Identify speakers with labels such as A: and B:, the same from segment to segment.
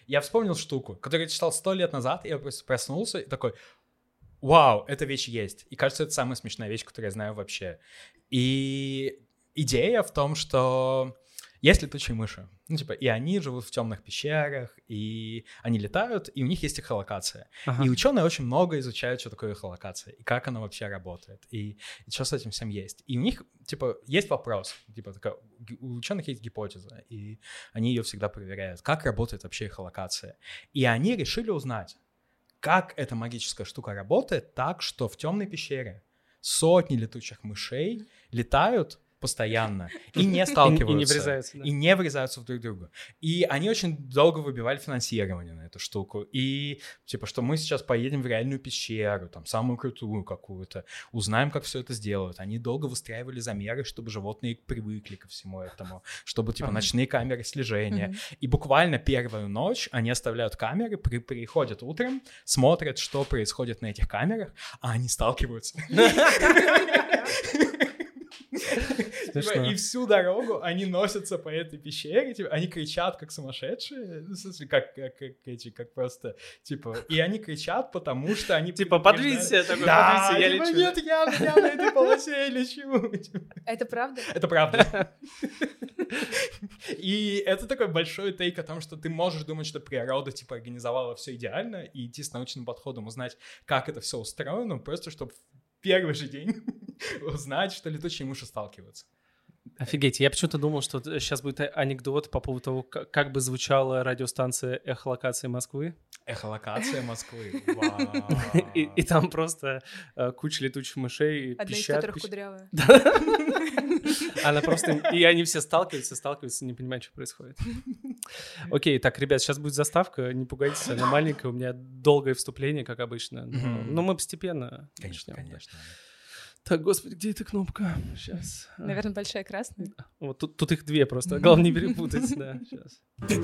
A: я вспомнил штуку, которую я читал 100 лет назад, и я просто проснулся и такой, вау, эта вещь есть. И кажется, это самая смешная вещь, которую я знаю вообще. И идея в том, что есть летучие мыши. Ну, типа, и они живут в темных пещерах, и они летают, и у них есть эхолокация.
B: Ага.
A: И ученые очень много изучают, что такое эхолокация, и как она вообще работает, и что с этим всем есть. И у них, типа, есть вопрос, типа, у ученых есть гипотеза, и они ее всегда проверяют, как работает вообще эхолокация. И они решили узнать, как эта магическая штука работает так, что в темной пещере сотни летучих мышей летают постоянно и не сталкиваются.
B: И не врезаются, да.
A: И не врезаются в друг друга. И они очень долго выбивали финансирование на эту штуку. И типа, что мы сейчас поедем в реальную пещеру, там, самую крутую какую-то, узнаем, как все это сделают. Они долго выстраивали замеры, чтобы животные привыкли ко всему этому, чтобы, типа, ночные камеры слежения. И буквально первую ночь они оставляют камеры, приходят утром, смотрят, что происходит на этих камерах, а они сталкиваются. И всю дорогу они носятся по этой пещере, типа, они кричат как сумасшедшие, в смысле, как просто, типа, и они кричат, потому что они...
B: Типа, подвинься, такой,
A: да,
B: подвинься, я
A: типа,
B: лечу.
A: Нет, я на этой полосе лечу.
C: Это правда?
A: Это правда. И это такой большой тейк о том, что ты можешь думать, что природа, типа, организовала все идеально, и идти с научным подходом, узнать, как это все устроено, просто чтобы в первый же день узнать, что летучие мыши сталкиваются.
B: Офигеть, я почему-то думал, что сейчас будет анекдот по поводу того, как бы звучала радиостанция «Эхолокация Москвы».
A: Эхолокация Москвы,
B: И там просто куча летучих мышей.
C: Одна из которых кудрявая.
B: Она просто... И они все сталкиваются, не понимают, что происходит. Окей, так, ребят, сейчас будет заставка, не пугайтесь, она маленькая, у меня долгое вступление, как обычно. Но мы постепенно начнем.
A: Конечно.
B: Так, господи, где эта кнопка? Сейчас.
C: Наверное, большая красная.
B: Вот тут их две просто. Главное не перепутать, да, сейчас.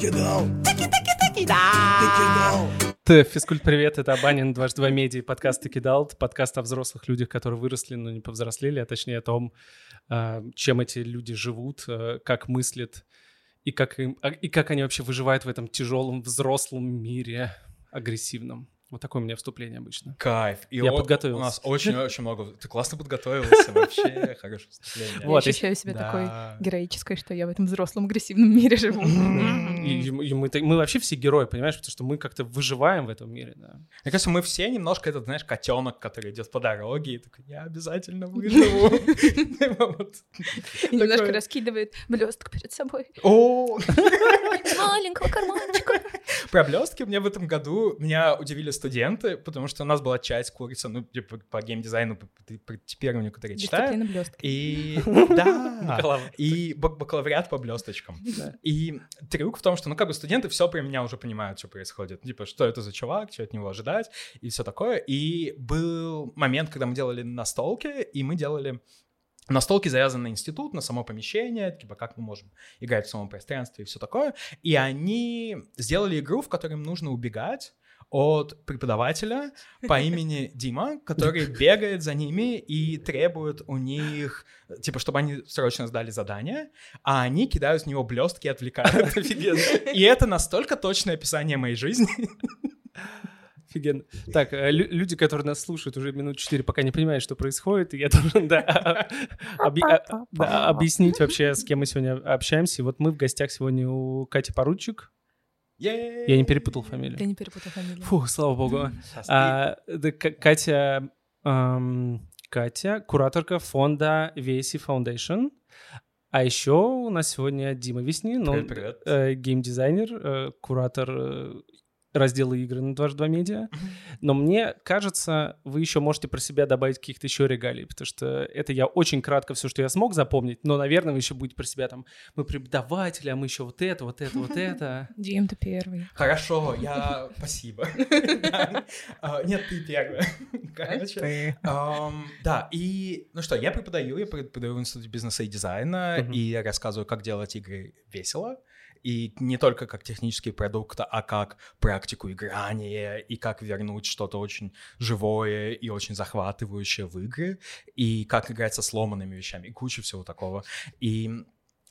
B: Физкульт, привет, это Абанин, 22 медиа, подкаст «Тыкидал», подкаст о взрослых людях, которые выросли, но не повзрослели, а точнее о том, чем эти люди живут, как мыслят и как они вообще выживают в этом тяжелом взрослом мире агрессивном. Вот такое у меня вступление обычно.
A: Кайф. И
B: я подготовился.
A: У нас очень много... Ты классно подготовился, вообще хорошее вступление.
C: Я ощущаю себя такой героической, что я в этом взрослом агрессивном мире живу.
B: И мы вообще все герои, понимаешь, потому что мы как-то выживаем в этом мире, да.
A: Мне кажется, мы все немножко этот, знаешь, котенок, который идет по дороге и такой, я обязательно выживу.
C: Немножко раскидывает блесток перед собой.
A: О!
C: Маленького карманчика.
A: Про блестки мне в этом году меня удивили студенты, потому что у нас была часть курса, ну, типа, по геймдизайну, по типированию, который я читаю.
C: Дисциплина блестки.
A: И, да, и бакалавриат по блесточкам. И трюк в том, что, ну, как бы студенты все про меня уже понимают, что происходит. Типа, что это за чувак, что от него ожидать, и все такое. И был момент, когда мы делали настолки, и мы делали... Настолки завязаны на институт, на само помещение, типа как мы можем играть в самом пространстве и все такое. И они сделали игру, в которой им нужно убегать от преподавателя по имени Дима, который бегает за ними и требует у них, типа, чтобы они срочно сдали задание, а они кидают в него блестки и отвлекают. И это настолько точное описание моей жизни.
B: Офигенно. Так, люди, которые нас слушают уже минут 4, пока не понимают, что происходит, и я должен объяснить вообще, с кем мы сегодня общаемся. И вот мы в гостях сегодня у Кати Поручик. Я не перепутал фамилию.
C: Ты не перепутал фамилию.
B: Фу, слава богу. Катя, кураторка фонда VSC Foundation. А еще у нас сегодня Дима Веснин, он геймдизайнер, куратор раздела игры на 22 медиа. Но мне кажется, вы еще можете про себя добавить каких-то еще регалий, потому что это я очень кратко все, что я смог запомнить, но, наверное, вы еще будете про себя там, мы преподаватели, а мы еще вот это.
C: Дим, ты первый.
A: Хорошо, спасибо. Нет, ты первая. Короче, да, и, ну что, я преподаю в Институте бизнеса и дизайна, и я рассказываю, как делать игры весело. И не только как технический продукт, а как практику играния, и как вернуть что-то очень живое и очень захватывающее в игры, и как играть со сломанными вещами, и куча всего такого. И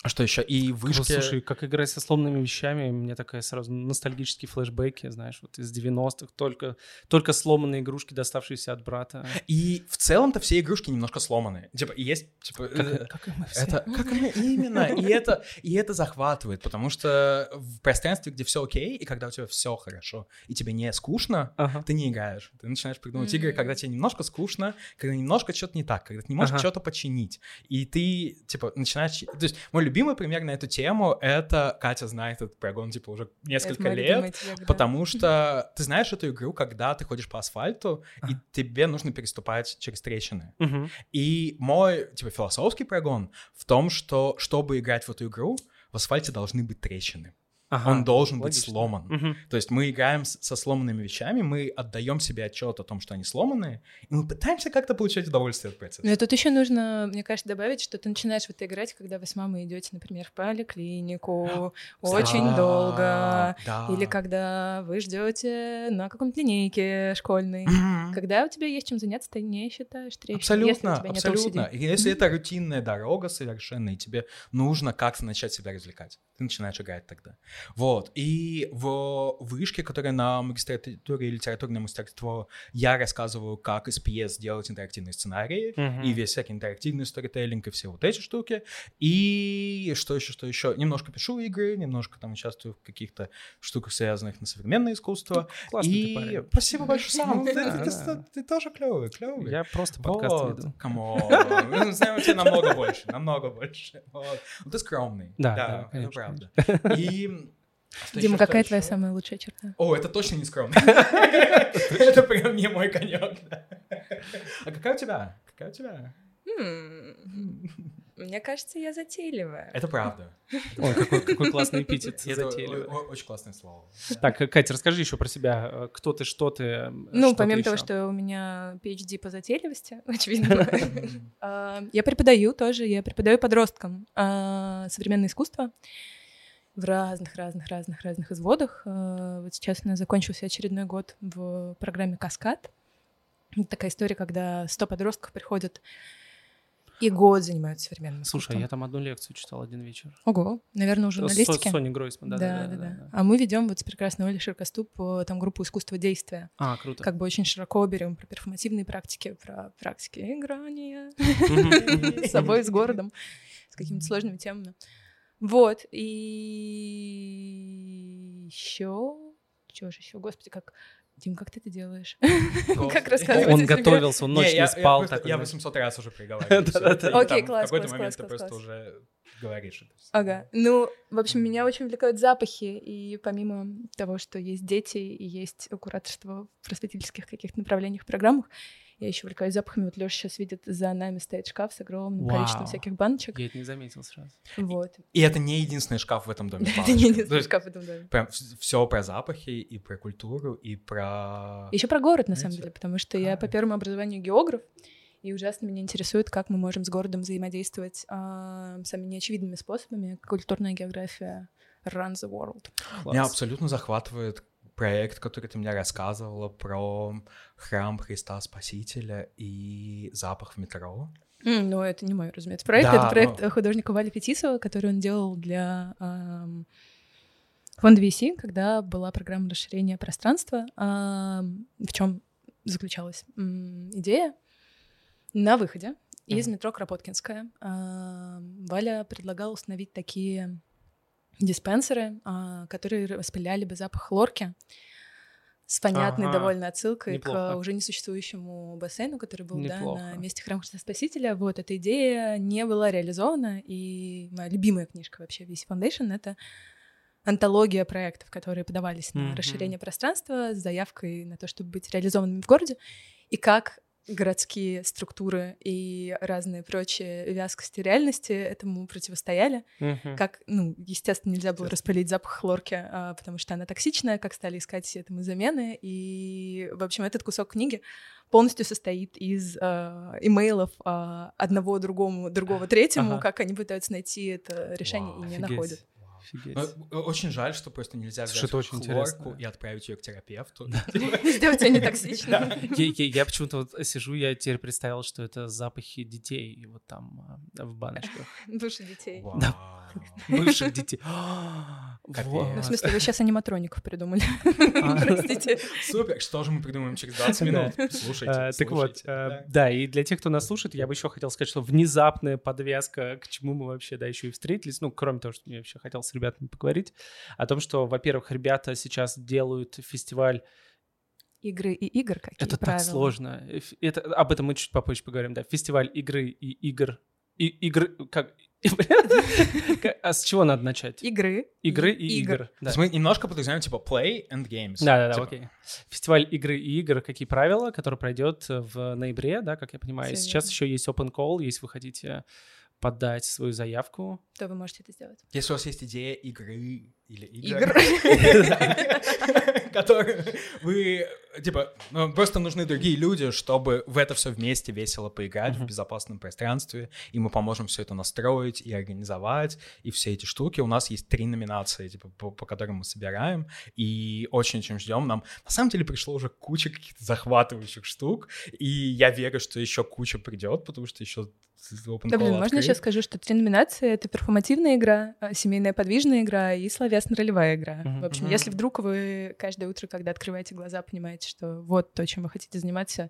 A: А что еще? И вышки...
B: Слушай, как играть со сломанными вещами, у меня такая сразу ностальгические флешбеки, знаешь, вот из 90-х, только сломанные игрушки, доставшиеся от брата.
A: И в целом-то все игрушки немножко сломанные. Типа, есть... Типа,
B: как и мы все.
A: Как и мы, именно. И это захватывает, потому что в пространстве, где все окей, и когда у тебя все хорошо, и тебе не скучно, ты не играешь. Ты начинаешь придумывать игры, когда тебе немножко скучно, когда немножко что-то не так, когда ты не можешь что-то починить. И ты, типа, начинаешь... То есть мой любимый пример на эту тему — это Катя знает этот прогон, типа, уже несколько лет, потому что ты знаешь эту игру, когда ты ходишь по асфальту, и тебе нужно переступать через трещины. И мой, типа, философский прогон в том, что, чтобы играть в эту игру, в асфальте должны быть трещины. Он должен быть сломан. То есть мы играем со сломанными вещами, мы отдаем себе отчет о том, что они сломанные, и мы пытаемся как-то получать удовольствие от процесса.
C: Но тут еще нужно, мне кажется, добавить, что ты начинаешь в это играть, когда вы с мамой идете, например, в поликлинику очень долго, или когда вы ждете на каком-то линейке школьной. Когда у тебя есть чем заняться, ты не считаешь трещины.
A: Абсолютно. И если это рутинная дорога совершенно, и тебе нужно как-то начать себя развлекать, ты начинаешь играть тогда. Вот. И в вышке, которая на магистратуре литературное мастерство, я рассказываю, как из пьес делать интерактивные сценарии, и весь всякий интерактивный сторителлинг, и все вот эти штуки. И что еще? Немножко пишу игры, немножко там участвую в каких-то штуках, связанных на современное искусство.
B: Классный ты парень.
A: Спасибо большое, Сам. Ты тоже клевый.
B: Я просто подкаст веду.
A: Камон. Мы знаем тебя намного больше. Ты скромный.
B: Да,
A: это
B: конечно.
A: правда. И...
C: Дима, какая твоя самая лучшая черта?
A: О, это точно не скромно. Это прям не мой конек. А какая у тебя?
C: Мне кажется, я затейливая.
A: Это правда.
B: Ой, какой классный эпитет. Затейливая.
A: Очень классное слово.
B: Так, Катя, расскажи еще про себя. Кто ты, что ты?
C: Ну, помимо того, что у меня PhD по затейливости, очевидно. Я преподаю тоже. Я преподаю подросткам современное искусство в разных изводах. Вот сейчас у нас закончился очередной год в программе «Каскад». Это такая история, когда 100 подростков приходят и год занимаются современным искусством.
B: Слушай, я там одну лекцию читал один вечер.
C: Ого, наверное, уже журналистики.
B: Сони Гройсман,
C: да. А мы ведем вот с прекрасной Олей Ширкоступ там группу искусства действия.
B: Круто.
C: Как бы очень широко берем про перформативные практики, про практики играния с собой, с городом, с какими-то сложными темами. Вот, и еще... Чего же еще? Господи, как... Дим, как ты это делаешь? Как рассказывать?
B: Он готовился, он ночь не спал.
A: Я 800 раз уже приговариваю.
C: Окей, класс.
A: В какой-то момент ты просто уже говоришь это.
C: Ага. Ну, в общем, меня очень увлекают запахи, и помимо того, что есть дети и есть кураторство в просветительских каких-то направлениях, программах, я еще увлекаюсь запахами. Вот Лёша сейчас видит, за нами стоит шкаф с огромным количеством всяких баночек.
B: Я это не заметил сразу.
C: Вот.
A: И это не единственный шкаф в этом доме.
C: Это не единственный шкаф в этом доме.
A: Прям все про запахи, и про культуру, и про...
C: Еще про город, на самом деле, потому что я по первому образованию географ, и ужасно меня интересует, как мы можем с городом взаимодействовать самыми неочевидными способами. Культурная география runs the world.
A: Меня абсолютно захватывает проект, который ты мне рассказывала про храм Христа Спасителя и запах в метро.
C: Ну, это не мой, разумеется, проект. Это проект художника Вали Фетисова, который он делал для фонда VC, когда была программа расширения пространства. В чем заключалась идея? На выходе из метро Кропоткинская Валя предлагала установить такие диспенсеры, которые распыляли бы запах хлорки с понятной довольно отсылкой к уже несуществующему бассейну, который был на месте храма Христа Спасителя. Вот эта идея не была реализована, и моя любимая книжка вообще VC Foundation — это антология проектов, которые подавались на расширение пространства с заявкой на то, чтобы быть реализованными в городе, и как городские структуры и разные прочие вязкости реальности этому противостояли. Как, естественно, нельзя было распылить запах хлорки, потому что она токсичная, как стали искать этому замены. И, в общем, этот кусок книги полностью состоит из имейлов одного другого третьему, как они пытаются найти это решение и не находят.
A: Очень жаль, что просто нельзя взять хлорку и отправить ее к терапевту.
C: Сделать ее нетоксичной.
B: Я почему-то вот сижу, я теперь представил, что это запахи детей вот там в баночках.
C: Души детей.
B: Бывших детей.
C: В смысле, вы сейчас аниматроников придумали. Простите.
A: Супер, что же мы придумаем через 20 минут? Слушайте.
B: Так вот, да, и для тех, кто нас слушает, я бы еще хотел сказать, что внезапная подвязка, к чему мы вообще, да, еще и встретились, ну, кроме того, что я вообще хотел с ребятами поговорить, о том, что, во-первых, ребята сейчас делают фестиваль
C: игры и игр, какие
B: это
C: правила?
B: Так сложно. Об этом мы чуть попозже поговорим, да. Фестиваль игры и игр. А с чего надо начать?
C: Игры
B: и игр.
A: Да. Мы немножко подразумеваем, типа, play and games.
B: Да, окей. Фестиваль игры и игр, какие правила, который пройдет в ноябре, да, как я понимаю. Сейчас еще есть open call, если вы хотите подать свою заявку,
C: то вы можете это сделать.
A: Если у вас есть идея игры или игр, которые вы, типа, просто нужны другие люди, чтобы в это все вместе весело поиграть в безопасном пространстве, и мы поможем все это настроить и организовать, и все эти штуки. У нас есть 3 номинации, типа, по которым мы собираем, и очень-очень ждем. Нам, на самом деле, пришло уже куча каких-то захватывающих штук, и я верю, что еще куча придет, потому что еще
C: да, блин, можно я сейчас скажу, что 3 номинации — это перформативная игра, семейная подвижная игра и словесно-ролевая игра. В общем, если вдруг вы каждое утро, когда открываете глаза, понимаете, что вот то, чем вы хотите заниматься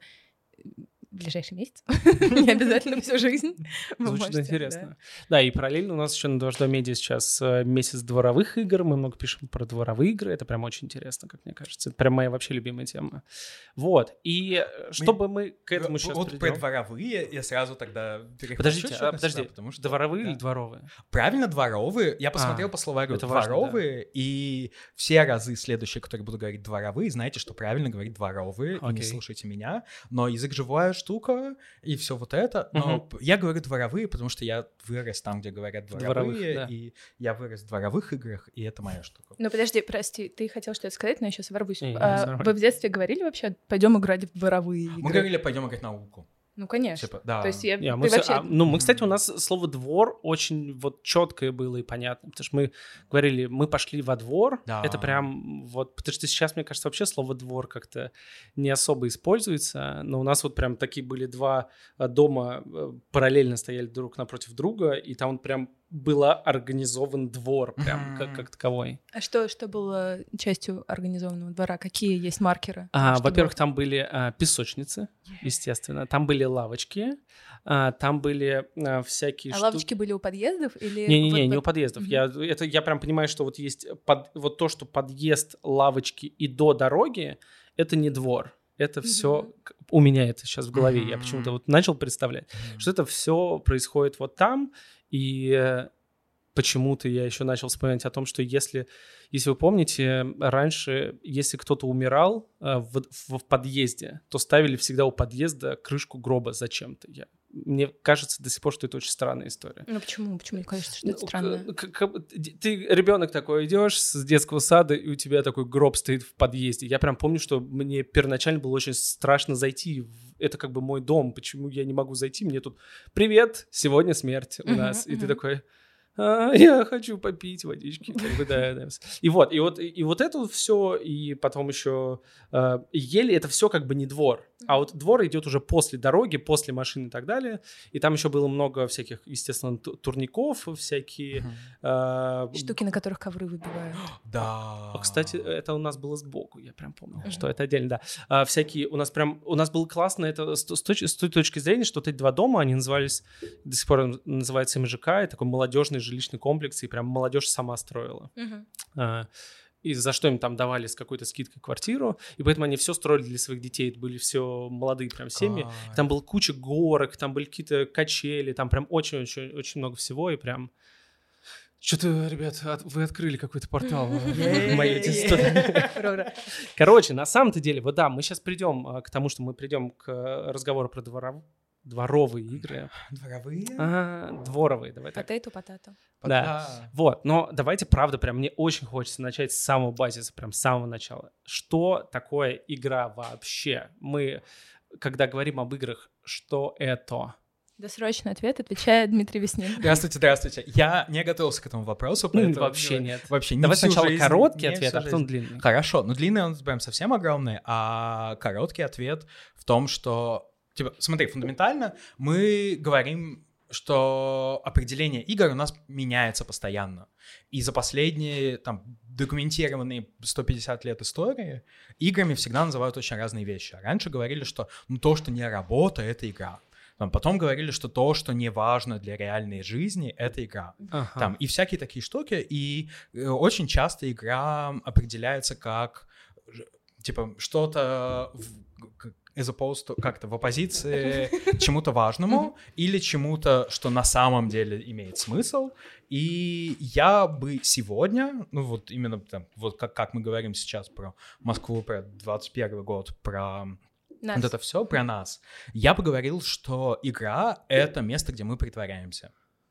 C: в ближайший месяц, не обязательно всю жизнь.
B: Звучит интересно. Да, и параллельно у нас еще на 2 медиа сейчас месяц дворовых игр. Мы много пишем про дворовые игры. Это прям очень интересно, как мне кажется. Это прям моя вообще любимая тема. Вот. И чтобы мы к этому сейчас
A: вот про дворовые я сразу тогда
B: перехожу. Подожди. Дворовые или дворовые?
A: Правильно, дворовые. Я посмотрел по словарю. Дворовые. И все разы следующие, которые буду говорить дворовые, знаете, что правильно говорить дворовые. И не слушайте меня. Но язык живая штука и все вот это. Но я говорю дворовые, потому что я вырос там, где говорят дворовые, и я вырос в дворовых играх, и это моя штука.
C: Ну подожди, прости, ты хотел что-то сказать, но я сейчас ворвусь. Вы в детстве говорили вообще, пойдем играть в дворовые игры?
A: Мы говорили, пойдем играть науку.
C: Ну, конечно.
A: Типа, да.
C: То есть
B: мы, кстати, у нас слово «двор» очень вот четкое было и понятно, потому что мы говорили, мы пошли во двор, это прям вот, потому что сейчас, мне кажется, вообще слово «двор» как-то не особо используется, но у нас вот прям такие были 2 дома параллельно стояли друг напротив друга, и там вот прям был организован двор, прям как таковой.
C: А что было частью организованного двора? Какие есть маркеры?
B: Во-первых, там были песочницы, естественно, там были лавочки, там были всякие штуки.
C: Лавочки были у подъездов или...
B: Не у подъездов. Я прям понимаю, что вот есть вот то, что подъезд, лавочки и до дороги, это не двор. Это все у меня это сейчас в голове. Я почему-то вот начал представлять, что это все происходит вот там, и почему-то я еще начал вспоминать о том, что если вы помните, раньше, если кто-то умирал в подъезде, то ставили всегда у подъезда крышку гроба зачем-то. Мне кажется до сих пор, что это очень странная история.
C: Ну почему? Почему мне кажется, что это странно?
B: Ты ребенок такой, идешь с детского сада, и у тебя такой гроб стоит в подъезде. Я прям помню, что мне первоначально было очень страшно зайти. Это как бы мой дом. Почему я не могу зайти? Мне тут «Привет, сегодня смерть у нас». И ты такой... я хочу попить водички, как бы, да. И вот это все, и потом еще ели, это все как бы не двор, а вот двор идет уже после дороги, после машин и так далее, и там еще было много всяких, естественно, турников, всякие...
C: штуки, на которых ковры выбивают.
A: Да.
B: Кстати, это у нас было сбоку, я прям помню, что это отдельно, да. Всякие, у нас было классно, это с той точки зрения, что вот эти 2 дома, они назывались, до сих пор называются МЖК, и такой молодежный жилищный комплекс, и прям молодежь сама строила. И за что им там давали с какой-то скидкой квартиру, и поэтому они все строили для своих детей, это были все молодые прям семьи, там была куча горок, там были какие-то качели, там прям очень-очень много всего, и прям... Что-то, ребят, вы открыли какой-то портал в моей детстве. Короче, на самом-то деле, вот да, мы сейчас придем к тому, что мы придем к разговору про дворовые игры.
A: Дворовые?
B: Дворовые, давай так.
C: Потейто.
B: Да, вот, но давайте, правда, прям мне очень хочется начать с самого базиса, прям с самого начала. Что такое игра вообще? Мы, когда говорим об играх, что это?
C: Досрочный ответ отвечает Дмитрий Веснин.
A: Здравствуйте. Я не готовился к этому вопросу, поэтому...
B: Вообще нет.
A: Вообще
B: Давай сначала короткий ответ, а потом длинный.
A: Хорошо, но длинный он прям совсем огромный, а короткий ответ в том, что... Типа, смотри, фундаментально мы говорим, что определение игр у нас меняется постоянно. И за последние, там, документированные 150 лет истории играми всегда называют очень разные вещи. Раньше говорили, что то, что не работа, это игра. Потом говорили, что то, что не важно для реальной жизни, это игра. И всякие такие штуки. И очень часто игра определяется как, типа, что-то as opposed to, как-то в оппозиции чему-то важному или чему-то, что на самом деле имеет смысл. И я бы сегодня, вот именно там, вот как мы говорим сейчас про Москву, про 21 год, про... Нас. Вот это все про нас. Я бы говорил, что игра — это место, где мы притворяемся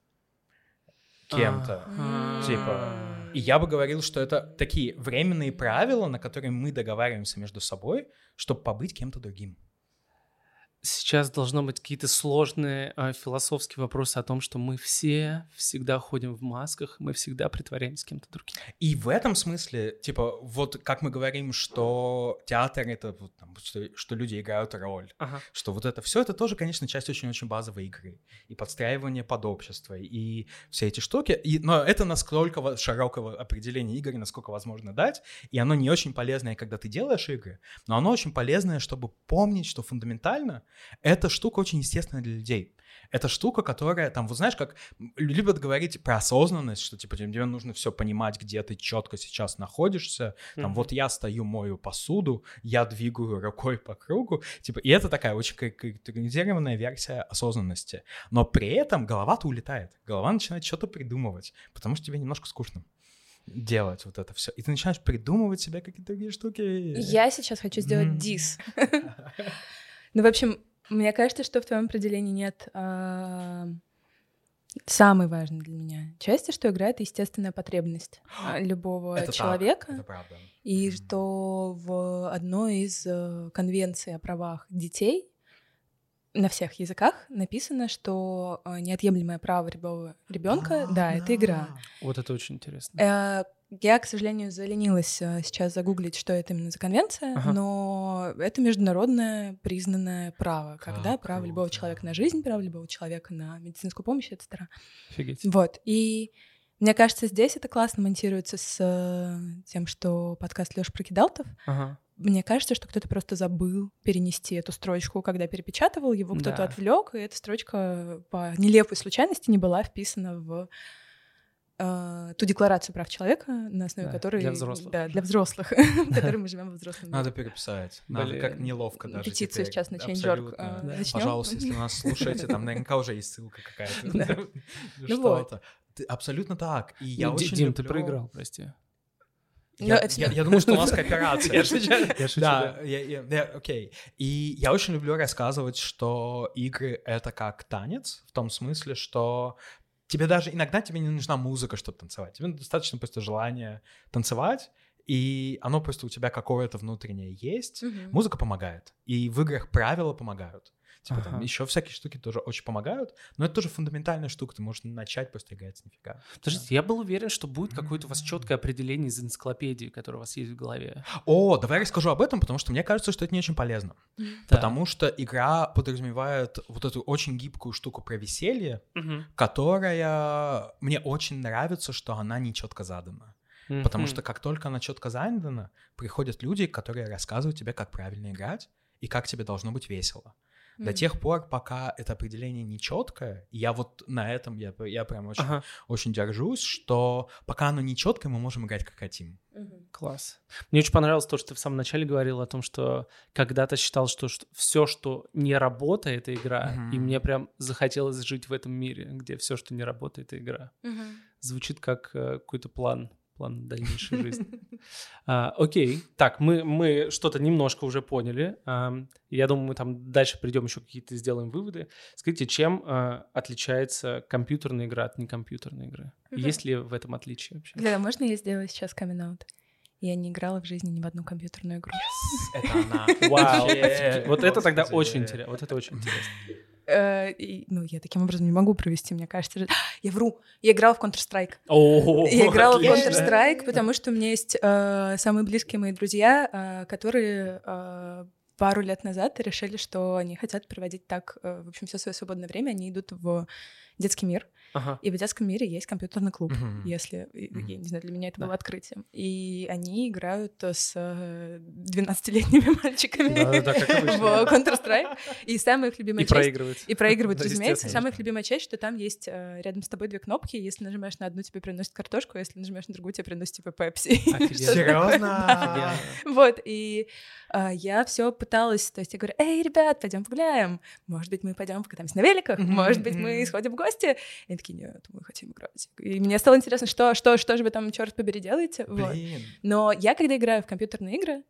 A: кем-то. Типа. И я бы говорил, что это такие временные правила, на которые мы договариваемся между собой, чтобы побыть кем-то другим.
B: Сейчас должно быть какие-то сложные философские вопросы о том, что мы все всегда ходим в масках, мы всегда притворяемся кем-то другим.
A: И в этом смысле, типа, вот как мы говорим, что театр — это вот, там, что люди играют роль, что вот это все, это тоже, конечно, часть очень-очень базовой игры. И подстраивание под общество, и все эти штуки. Но это насколько широкого определения игр, насколько возможно дать. И оно не очень полезное, когда ты делаешь игры, но оно очень полезное, чтобы помнить, что фундаментально эта штука очень естественная для людей. Это штука, которая, там, вот знаешь, как любят говорить про осознанность, что, типа, тебе нужно все понимать, где ты четко сейчас находишься. Там, вот я стою, мою посуду, я двигаю рукой по кругу. Типа, и это такая очень карикатуризированная версия осознанности. Но при этом голова-то улетает. Голова начинает что-то придумывать, потому что тебе немножко скучно делать вот это все. И ты начинаешь придумывать себе какие-то другие штуки.
C: Я сейчас хочу сделать дис. Ну, в общем, мне кажется, что в твоем определении нет самой важной для меня части, что игра — это естественная потребность любого человека.
A: Это правда.
C: И что в одной из конвенций о правах детей на всех языках написано, что неотъемлемое право любого ребенка, это игра.
B: Вот это очень интересно.
C: Я, к сожалению, заленилась сейчас загуглить, что это именно за конвенция, но это международное признанное право, когда право любого человека на жизнь, право любого человека на медицинскую помощь, etc.
B: Офигеть.
C: Вот, и мне кажется, здесь это классно монтируется с тем, что подкаст Лёши Прокидалтов. Мне кажется, что кто-то просто забыл перенести эту строчку, когда перепечатывал, его кто-то отвлек, и эта строчка по нелепой случайности не была вписана в ту декларацию прав человека, на основе которой...
B: Для взрослых.
C: Да, для взрослых, в которой мы живем во взрослом мире.
A: Надо переписать. Надо, как неловко даже.
C: Петицию сейчас на Change.org начнём.
A: Пожалуйста, если нас слушаете, там наверняка уже есть ссылка какая-то. Что-то. Абсолютно так. И я очень
B: Дим, ты проиграл, прости.
A: Я думаю, что у нас кооперация.
B: Я шучу.
A: Да, окей. И я очень люблю рассказывать, что игры — это как танец, в том смысле, что иногда тебе не нужна музыка, чтобы танцевать. Тебе достаточно просто желания танцевать, и оно просто у тебя какое-то внутреннее есть. Музыка помогает. И в играх правила помогают. Типа там еще всякие штуки тоже очень помогают, но это тоже фундаментальная штука, ты можешь начать просто играть с нифига.
B: Подождите, я был уверен, что будет какое-то у вас четкое определение из энциклопедии, которое у вас есть в голове.
A: О, давай я расскажу об этом, потому что мне кажется, что это не очень полезно. Потому что игра подразумевает вот эту очень гибкую штуку про веселье, которая мне очень нравится, что она не четко задана. Потому что как только она четко задана, приходят люди, которые рассказывают тебе, как правильно играть и как тебе должно быть весело. До тех пор, пока это определение не четкое, и я вот на этом я прям очень держусь, что пока оно не четкое, мы можем играть как хотим.
B: Класс. Мне очень понравилось то, что ты в самом начале говорил о том, что когда-то считал, что все, что не работает, это игра, и мне прям захотелось жить в этом мире, где все, что не работает, это игра. Звучит как какой-то план дальнейшей жизни. Окей, так, мы что-то немножко уже поняли. Я думаю, мы там дальше придем, еще какие-то сделаем выводы. Скажите, чем отличается компьютерная игра от некомпьютерной игры? Есть ли в этом отличие вообще?
C: Да, можно я сделаю сейчас камин-аут? Я не играла в жизни ни в одну компьютерную игру.
A: Это она.
B: Вау. Вот это тогда очень интересно. Вот это очень интересно.
C: я таким образом не могу провести, мне кажется. Я вру. Я играла в Counter-Strike. Я играла в Counter-Strike, потому что у меня есть самые близкие мои друзья, которые пару лет назад решили, что они хотят проводить так, в общем, все свое свободное время. Они идут в детский мир. И в детском мире есть компьютерный клуб, если, я не знаю, для меня это было открытием. И они играют с 12-летними мальчиками в Counter-Strike. И самая их любимая часть... И проигрывают, разумеется. Самая их любимая часть, что там есть рядом с тобой 2 кнопки. Если нажимаешь на одну, тебе приносит картошку, а если нажимаешь на другую, тебе приносит типа Пепси.
A: Серьезно?
C: Вот, и я все пыталась, то есть я говорю: эй, ребят, пойдем погуляем. Может быть, мы пойдем покатаемся на великах, может быть, мы сходим в гости. И они такие: нет, мы хотим играть. И мне стало интересно, что же вы там, черт побери, делаете? Вот. Но я, когда играю в компьютерные игры,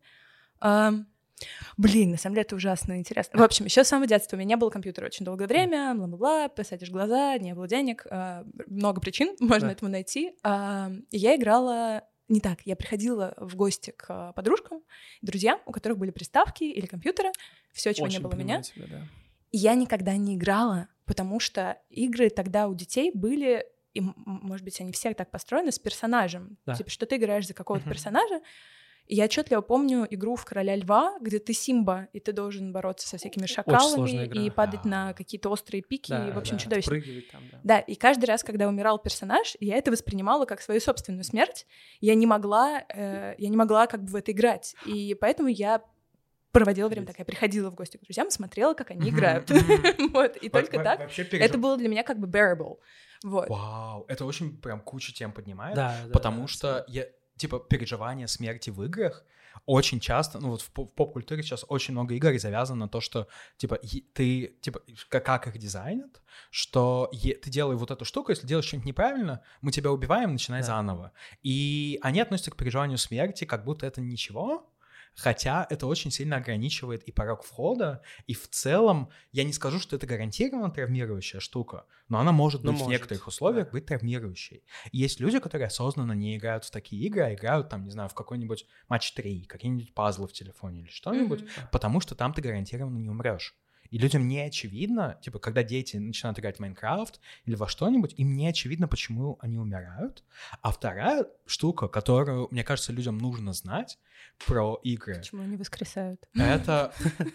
C: на самом деле это ужасно интересно. В общем, еще с самого детства у меня не было компьютера очень долгое время, бла-бла-бла, посадишь глаза, не было денег, много причин можно этому найти. И я играла... Не так, я приходила в гости к подружкам, друзьям, у которых были приставки или компьютеры, все, чего не было у меня. И я никогда не играла, потому что игры тогда у детей были, и, может быть, они все так построены, с персонажем. Типа, что ты играешь за какого-то персонажа. И я отчетливо помню игру в «Короля льва», где ты Симба, и ты должен бороться со всякими шакалами и падать на какие-то острые пики, и, в общем, чудовищно. Да, и каждый раз, когда умирал персонаж, я это воспринимала как свою собственную смерть. Я не могла как бы в это играть. И поэтому я проводила время так. Я приходила в гости к друзьям, смотрела, как они играют. Вот, и только так. Это было для меня как бы bearable.
A: Вау, это очень прям кучу тем поднимает, потому что типа переживание смерти в играх очень часто, ну вот в поп-культуре сейчас очень много игр завязано на то, что типа ты, типа, как их дизайнят, что ты делаешь вот эту штуку, если делаешь что-нибудь неправильно, мы тебя убиваем, начинай заново. И они относятся к переживанию смерти, как будто это ничего, хотя это очень сильно ограничивает и порог входа, и в целом я не скажу, что это гарантированно травмирующая штука, но она может быть в некоторых условиях быть травмирующей. И есть люди, которые осознанно не играют в такие игры, а играют там, не знаю, в какой-нибудь матч 3, какие-нибудь пазлы в телефоне или что-нибудь, потому что там ты гарантированно не умрешь. И людям не очевидно, типа, когда дети начинают играть в Майнкрафт или во что-нибудь, им не очевидно, почему они умирают. А вторая штука, которую, мне кажется, людям нужно знать про игры...
C: Почему они воскресают?
A: Это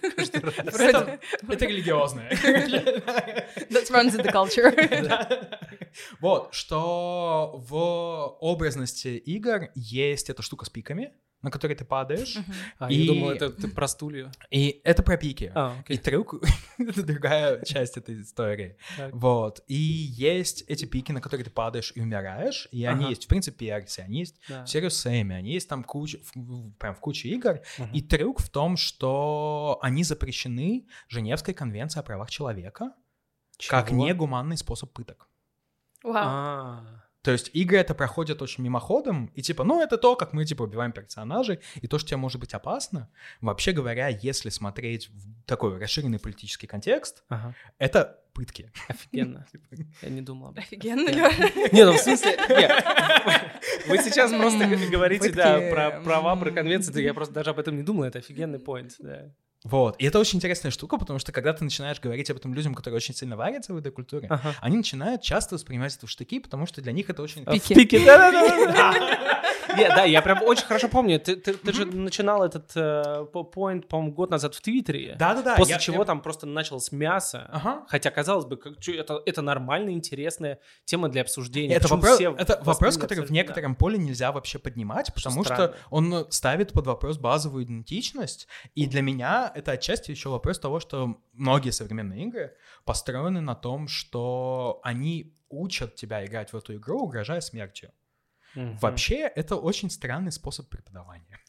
A: религиозное.
C: That runs in the culture.
A: Вот, что в образности игр есть эта штука с пиками, на которой ты падаешь.
B: Я думал, это ты про стулья.
A: И это про пики. И трюк — это другая часть этой истории. Вот. И есть эти пики, на которые ты падаешь и умираешь, и они есть в «Принце Персии», они есть в «Serious Sam», они есть там прям в куче игр. И трюк в том, что они запрещены Женевской конвенцией о правах человека как негуманный способ пыток.
C: Вау.
A: То есть игры это проходят очень мимоходом, и типа, ну, это то, как мы, типа, убиваем персонажей, и то, что тебе может быть опасно. Вообще говоря, если смотреть в такой расширенный политический контекст, это пытки.
B: Офигенно. Я не думал об этом.
C: Офигенно?
B: Нет, ну в смысле... Вы сейчас просто говорите, про права, про конвенции, я просто даже об этом не думал, это офигенный поинт, да.
A: Вот, и это очень интересная штука, потому что когда ты начинаешь говорить об этом людям, которые очень сильно варятся в этой культуре, они начинают часто воспринимать это в штыки, потому что для них это очень...
C: Пики.
B: Да, я прям очень хорошо помню. Ты же начинал этот поинт, по-моему, год назад в Твиттере.
A: Да.
B: После чего там просто началось с мяса. Хотя, казалось бы, это нормальная, интересная тема для обсуждения.
A: Это вопрос, который в некотором поле нельзя вообще поднимать, потому что он ставит под вопрос базовую идентичность. И для меня это отчасти еще вопрос того, что многие современные игры построены на том, что они учат тебя играть в эту игру, угрожая смертью. Вообще, это очень странный способ преподавания.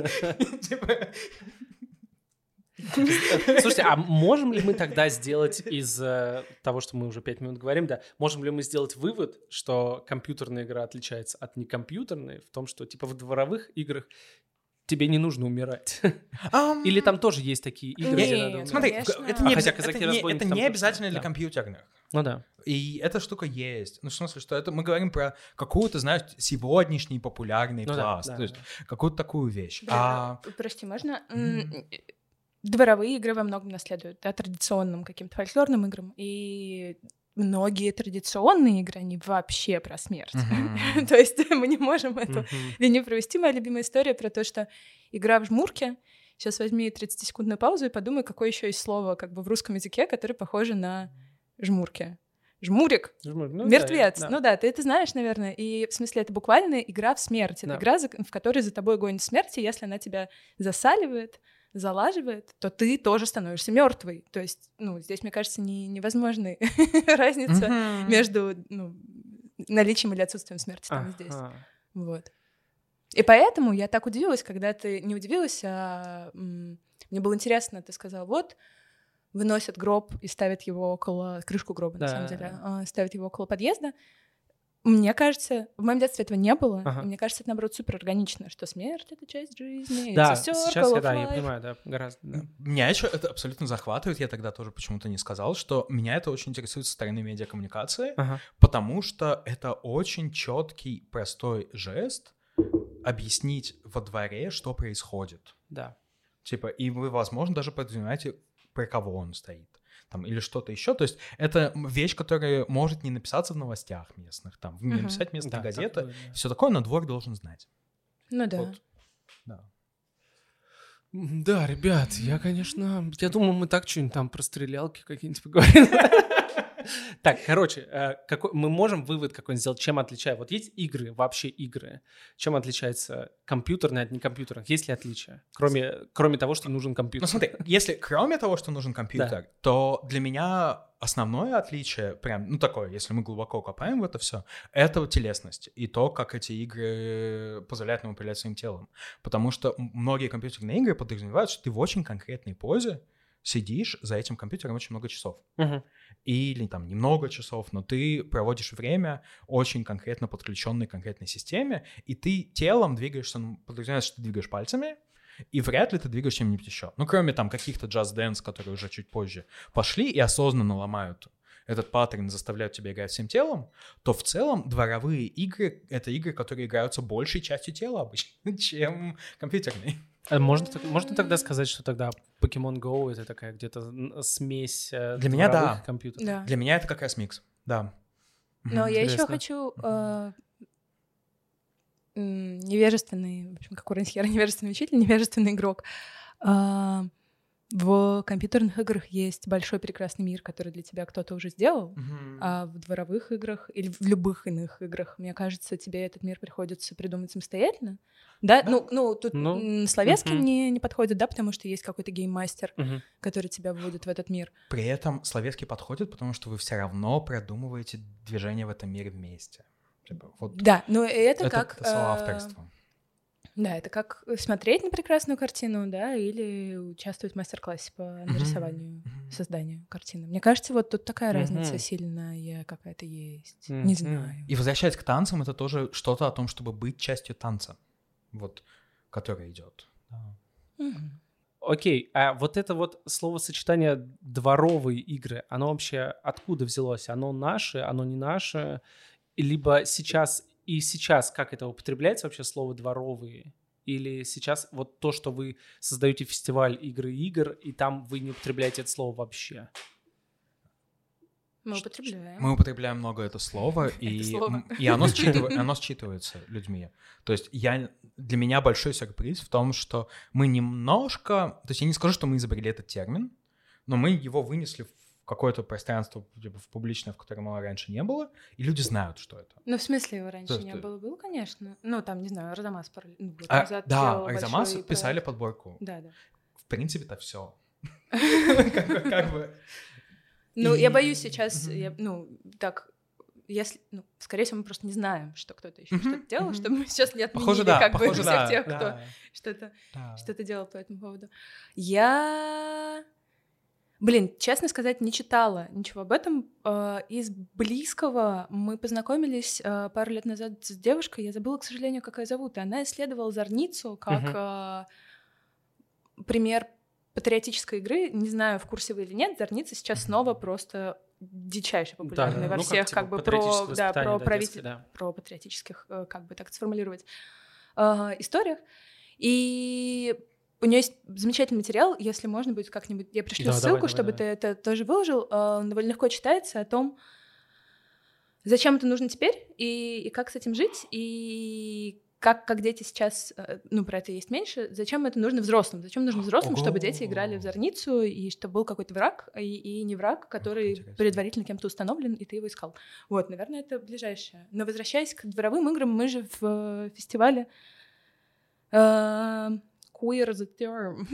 B: Слушайте, а можем ли мы тогда сделать из того, что мы уже 5 минут говорим, да, можем ли мы сделать вывод, что компьютерная игра отличается от некомпьютерной в том, что типа в дворовых играх тебе не нужно умирать? Или там тоже есть такие игры, где надо умирать?
A: Смотри, это не обязательно для компьютерных.
B: Ну да.
A: И эта штука есть. Ну, в смысле, что это мы говорим про какую-то, знаешь, сегодняшний популярный пласт. То есть какую-то такую вещь.
C: Прости, можно... дворовые игры во многом наследуют, да, традиционным каким-то фольклорным играм, и многие традиционные игры, они вообще про смерть. То есть мы не можем эту линию провести. Моя любимая история про то, что игра в жмурки. Сейчас возьми 30-секундную паузу и подумай, какое еще есть слово как бы в русском языке, которое похоже на жмурки. Жмурик, мертвец. Да. Ну да, ты это знаешь, наверное. И в смысле это буквально игра в смерть. Это игра, в которой за тобой гонит смерть, и если она тебя засаливает, залаживает, то ты тоже становишься мертвой. То есть, здесь, мне кажется, невозможна разница между наличием или отсутствием смерти там и здесь. Вот. И поэтому я так удивилась, когда ты не удивилась, а мне было интересно, ты сказала, вот, выносят гроб и ставят его крышку гроба, на самом деле, ставят его около подъезда. Мне кажется, в моем детстве этого не было. И мне кажется, это, наоборот, супер органично, что смерть — это часть жизни.
B: Да, сейчас я понимаю, да, гораздо. Да.
A: Меня еще это абсолютно захватывает. Я тогда тоже почему-то не сказал, что меня это очень интересует со стороны медиакоммуникации, потому что это очень четкий, простой жест объяснить во дворе, что происходит.
B: Да.
A: Типа, и вы, возможно, даже подразумеваете, про кого он стоит. Там, или что-то еще. То есть это вещь, которая может не написаться в новостях местных, там, не написать местные газеты. Все такое, но двор должен знать.
C: Ну да.
A: Вот. Да.
B: Да, ребят, я думаю, мы так что-нибудь там про стрелялки какие-нибудь поговорим. Так, короче, мы можем вывод какой-нибудь сделать, чем отличается. Вот есть игры, вообще игры. Чем отличается компьютерные от некомпьютерных? Есть ли отличия? Кроме того, что нужен компьютер.
A: Ну смотри, если кроме того, что нужен компьютер, то для меня основное отличие, прям, такое, если мы глубоко копаем в это все, это телесность. И то, как эти игры позволяют нам управлять своим телом. Потому что многие компьютерные игры подразумевают, что ты в очень конкретной позе сидишь за этим компьютером очень много часов. Или там немного часов, но ты проводишь время очень конкретно подключенной к конкретной системе, и ты телом двигаешься, подразумевается, что ты двигаешь пальцами, и вряд ли ты двигаешь чем-нибудь еще. Кроме там каких-то джаз-дэнс, которые уже чуть позже пошли и осознанно ломают этот паттерн, заставляют тебя играть всем телом, то в целом дворовые игры — это игры, которые играются большей частью тела обычно, чем компьютерные.
B: Можно тогда сказать, что тогда Pokemon Go — это такая где-то смесь
A: для меня, да.
B: компьютеров?
C: Да.
A: Для меня это как раз микс, да.
C: Но я еще хочу невежественный, в общем, как у Рейнсхера, невежественный учитель, невежественный игрок. В компьютерных играх есть большой прекрасный мир, который для тебя кто-то уже сделал, а в дворовых играх или в любых иных играх, мне кажется, тебе этот мир приходится придумать самостоятельно. Да? Тут словецкий не подходит, да, потому что есть какой-то гейммастер, который тебя вводит в этот мир.
A: При этом словецкий подходит, потому что вы все равно продумываете движение в этом мире вместе. Вот
C: да, но это как...
A: соавторство.
C: Да, это как смотреть на прекрасную картину, да, или участвовать в мастер-классе по нарисованию, созданию картины. Мне кажется, вот тут такая разница сильная какая-то есть. Не знаю.
A: И возвращаясь к танцам, это тоже что-то о том, чтобы быть частью танца, вот, который идет.
B: Окей, а вот это вот словосочетание «дворовые игры», оно вообще откуда взялось? Оно наше, оно не наше? Либо сейчас как это употребляется вообще слово «дворовые»? Или сейчас вот то, что вы создаете фестиваль игр, и там вы не употребляете это слово вообще?
C: Мы употребляем.
A: Мы употребляем много это слово, и оно считывается людьми. То есть для меня большой сюрприз в том, что мы немножко... То есть я не скажу, что мы изобрели этот термин, но мы его вынесли в какое-то пространство типа, в публичное, в котором его раньше не было, и люди знают, что это.
C: Ну, в смысле его раньше не было? Был, конечно. Ну, там, не знаю, Арзамас
A: да, Арзамас писали подборку.
C: Да.
A: В принципе, это все. Как бы...
C: Ну, я боюсь сейчас, если, скорее всего, мы просто не знаем, что кто-то еще что-то делал, чтобы мы сейчас не отменили как бы всех тех, кто что-то делал по этому поводу. Честно сказать, не читала ничего об этом. Из близкого мы познакомились пару лет назад с девушкой, я забыла, к сожалению, как ее зовут, и она исследовала зорницу как пример патриотической игры. Не знаю, в курсе вы или нет, зорница сейчас снова просто дичайше популярная во всех, как бы про патриотических, как бы так сформулировать, историях. И у нее есть замечательный материал, если можно будет как-нибудь... Я пришлю ссылку, чтобы ты это тоже выложил. Он довольно легко читается о том, зачем это нужно теперь, и как с этим жить, и как дети сейчас... Ну, про это есть меньше. Зачем это нужно взрослым? Зачем нужно взрослым, чтобы дети играли в зорницу, и чтобы был какой-то враг, и не враг, который предварительно кем-то установлен, и ты его искал. Вот, наверное, это ближайшее. Но возвращаясь к дворовым играм, мы же в фестивале... Queer the term.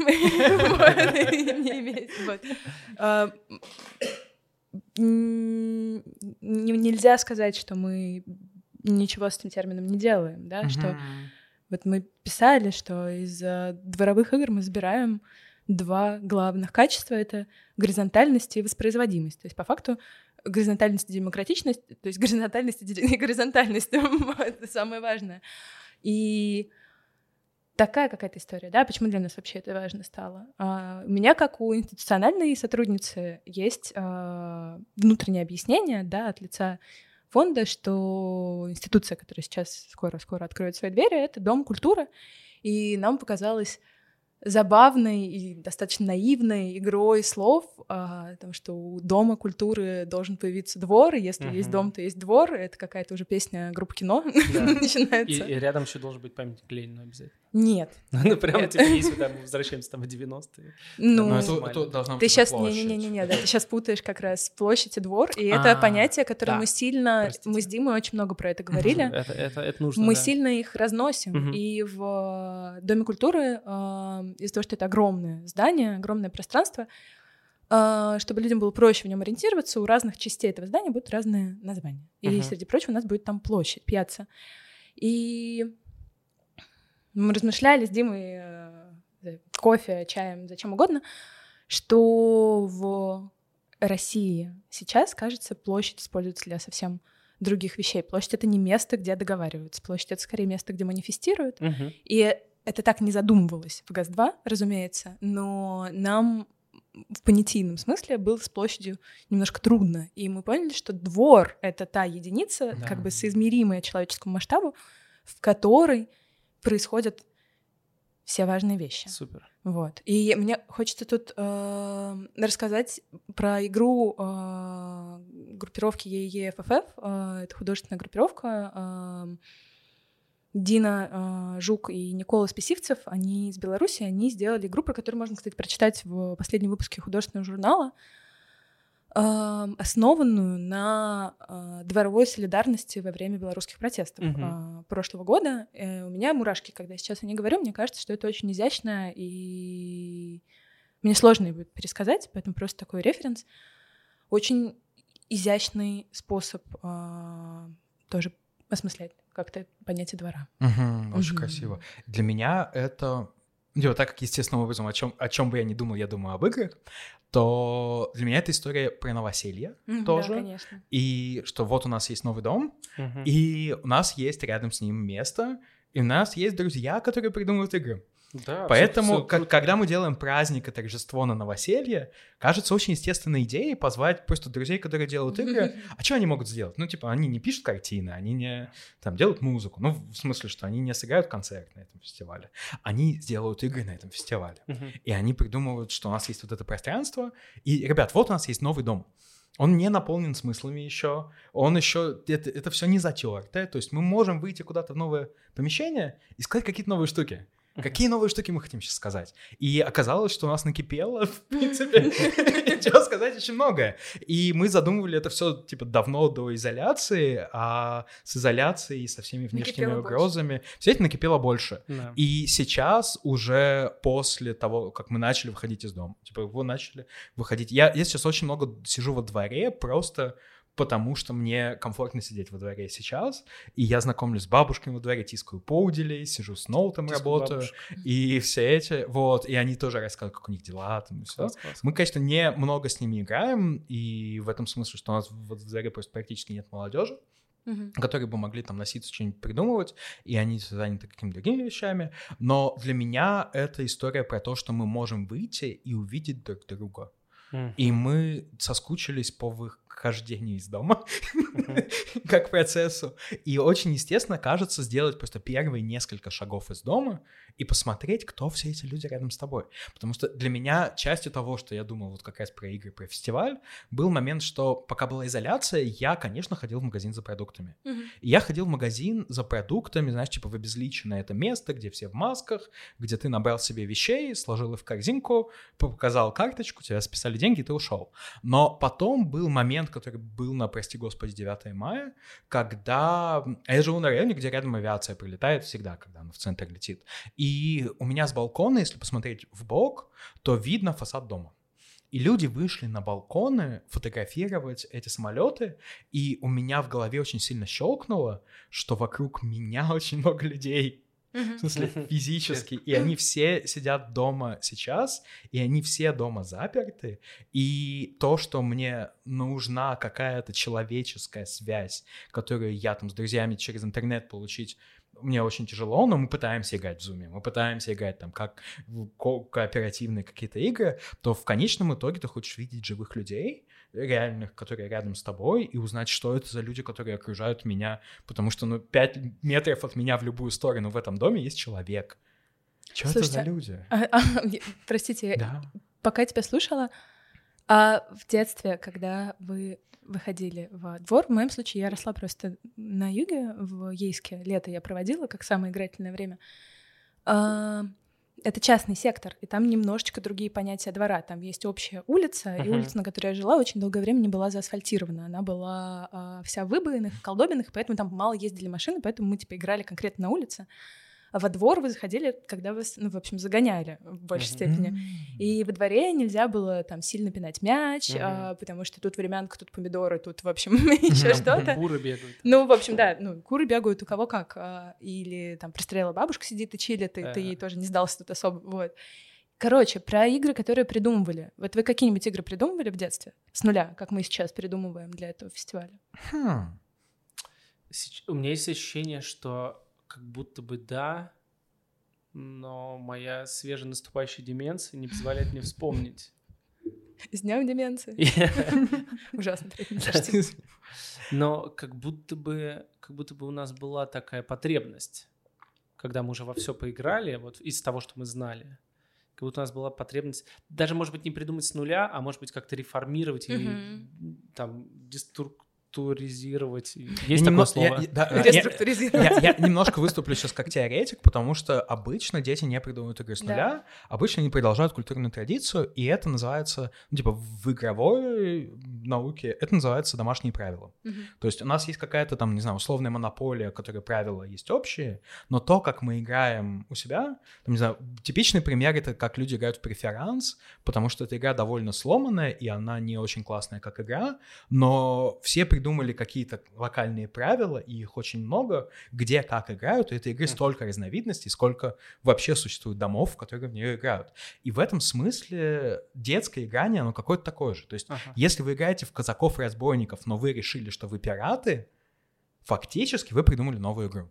C: Нельзя сказать, что мы ничего с этим термином не делаем, да, что вот мы писали, что из дворовых игр мы забираем 2 главных качества — это горизонтальность и воспроизводимость. То есть по факту горизонтальность и демократичность, то есть горизонтальность и горизонтальность — это самое важное. И такая какая-то история, да? Почему для нас вообще это важно стало? У меня, как у институциональной сотрудницы, есть внутреннее объяснение, да, от лица фонда, что институция, которая сейчас скоро откроет свои двери, это Дом культуры, и нам показалось забавной и достаточно наивной игрой слов о том, что у Дома культуры должен появиться двор, и если есть дом, то есть двор. Это какая-то уже песня группы Кино начинается.
B: И рядом еще должен быть памятник Ленину обязательно.
C: Нет.
B: Ну, прямо типа, если мы возвращаемся там в 90-е.
C: Ну,
A: это должна быть
C: ты сейчас... Не-не-не, да, ты сейчас путаешь как раз площадь и двор, и это понятие, которое мы сильно... Мы с Димой очень много про это говорили.
B: Это нужно,
C: мы сильно их разносим. И в Доме культуры из-за того, что это огромное здание, огромное пространство, чтобы людям было проще в нем ориентироваться, у разных частей этого здания будут разные названия. И, среди прочего, у нас будет там площадь, пьяцца. И мы размышляли с Димой кофе, чаем, зачем угодно, что в России сейчас, кажется, площадь используется для совсем других вещей. Площадь — это не место, где договариваются. Площадь — это скорее место, где манифестируют. И это так не задумывалось в ГАЗ-2, разумеется, но нам в понятийном смысле было с площадью немножко трудно. И мы поняли, что двор — это та единица, как бы соизмеримая человеческому масштабу, в которой происходят все важные вещи.
B: Супер.
C: Вот. И мне хочется тут рассказать про игру группировки ЕЕФФ. Это художественная группировка. Дина Жук и Никола Списивцев, они из Беларуси, они сделали игру, про которую можно, кстати, прочитать в последнем выпуске художественного журнала, основанную на дворовой солидарности во время белорусских протестов прошлого года. У меня мурашки, когда я сейчас о ней говорю, мне кажется, что это очень изящно, и мне сложно ее будет пересказать, поэтому просто такой референс. Очень изящный способ тоже осмыслять как-то понятие двора.
A: Очень красиво. Для меня это... так как естественным образом, о чем бы я ни думал, я думаю об играх, то для меня это история про новоселье тоже.
C: Да, конечно.
A: И что вот у нас есть новый дом, и у нас есть рядом с ним место, и у нас есть друзья, которые придумывают игры.
B: Да,
A: поэтому, когда мы делаем праздник и торжество на новоселье, кажется очень естественной идеей позвать просто друзей, которые делают игры. А что они могут сделать? Ну, типа, они не пишут картины, они не там делают музыку. Ну, в смысле, что они не сыграют концерт на этом фестивале. Они сделают игры на этом фестивале. И они придумывают, что у нас есть вот это пространство. И, ребят, вот у нас есть новый дом. Он не наполнен смыслами еще. Он еще... Это все не затертое. То есть мы можем выйти куда-то в новое помещение и сказать какие-то новые штуки. Какие новые штуки мы хотим сейчас сказать? И оказалось, что у нас накипело, в принципе, чего сказать, очень многое. И мы задумывали это все типа давно до изоляции, а с изоляцией, со всеми внешними угрозами все это накипело больше. Да. И сейчас уже после того, как мы начали выходить из дома, типа вы начали выходить... Я сейчас очень много сижу во дворе просто... потому что мне комфортно сидеть во дворе сейчас, и я знакомлюсь с бабушками во дворе, тискаю поуделей, сижу с ноутом, работаю, и все эти, вот, и они тоже рассказывают, как у них дела, там, и все. Мы, конечно, не много с ними играем, и в этом смысле, что у нас в дворе просто практически нет молодежи, которые бы могли там носиться, что-нибудь придумывать, и они заняты какими-то другими вещами, но для меня это история про то, что мы можем выйти и увидеть друг друга. И мы соскучились по хождению из дома, как процессу. И очень естественно кажется сделать просто первые несколько шагов из дома и посмотреть, кто все эти люди рядом с тобой. Потому что для меня частью того, что я думал вот как раз про игры, про фестиваль, был момент, что пока была изоляция, я, конечно, ходил в магазин за продуктами. И я ходил в магазин за продуктами, знаешь, типа в обезличенное это место, где все в масках, где ты набрал себе вещей, сложил их в корзинку, показал карточку, тебя списали деньги, и ты ушел. Но потом был момент, который был на, прости господи, 9 мая, когда... Я живу на районе, где рядом авиация прилетает всегда, когда она в центр летит. И у меня с балкона, если посмотреть вбок, то видно фасад дома. И люди вышли на балконы фотографировать эти самолеты, и у меня в голове очень сильно щелкнуло, что вокруг меня очень много людей. В смысле, физически. И они все сидят дома сейчас, и они все дома заперты. И то, что мне нужна какая-то человеческая связь, которую я там с друзьями через интернет получить, мне очень тяжело, но мы пытаемся играть в Zoom, мы пытаемся играть там как в кооперативные какие-то игры, то в конечном итоге ты хочешь видеть живых людей, реальных, которые рядом с тобой, и узнать, что это за люди, которые окружают меня, потому что, 5 метров от меня в любую сторону в этом доме есть человек. Что это за люди?
C: Простите, пока я тебя слушала, в детстве, когда вы выходили во двор, в моем случае я росла просто на юге, в Ейске, лето я проводила как самое игрательное время. Это частный сектор, и там немножечко другие понятия двора. Там есть общая улица, и улица, на которой я жила, очень долгое время не была заасфальтирована. Она была вся в выбоинах, колдобинах, поэтому там мало ездили машины, поэтому мы играли конкретно на улице. А во двор вы заходили, когда вас, в общем, загоняли в большей степени. И во дворе нельзя было там сильно пинать мяч, потому что тут времянка, тут помидоры, тут, в общем, еще что-то.
B: Куры бегают.
C: В общем, да, куры бегают у кого как. Или там престарелая бабушка сидит и чилит, ты ей тоже не сдался тут особо, вот. Короче, про игры, которые придумывали. Вот вы какие-нибудь игры придумывали в детстве? С нуля, как мы сейчас придумываем для этого фестиваля?
B: У меня есть ощущение, что как будто бы да, но моя свеженаступающая деменция не позволяет мне вспомнить.
C: С днем деменции. Ужасно приятно.
B: Но как будто бы у нас была такая потребность, когда мы уже во все поиграли, вот из того, что мы знали, как будто у нас была потребность даже, может быть, не придумать с нуля, а может быть, как-то реформировать или там реструктуризировать. Есть такое слово?
C: Реструктуризировать.
A: Я немножко выступлю сейчас как теоретик, потому что обычно дети не придумывают игры с нуля, обычно они продолжают культурную традицию, и это называется, в игровой науке, это называется домашние правила. То есть у нас есть какая-то там, не знаю, условная монополия, которой правила есть общие, но то, как мы играем у себя, там, не знаю, типичный пример — это как люди играют в преферанс, потому что эта игра довольно сломанная, и она не очень классная как игра, но все придумали какие-то локальные правила, и их очень много, где как играют, и этой игры столько разновидностей, сколько вообще существует домов, в которые в нее играют. И в этом смысле детское играние, оно какое-то такое же. То есть если вы играете в казаков и разбойников, но вы решили, что вы пираты, фактически вы придумали новую игру.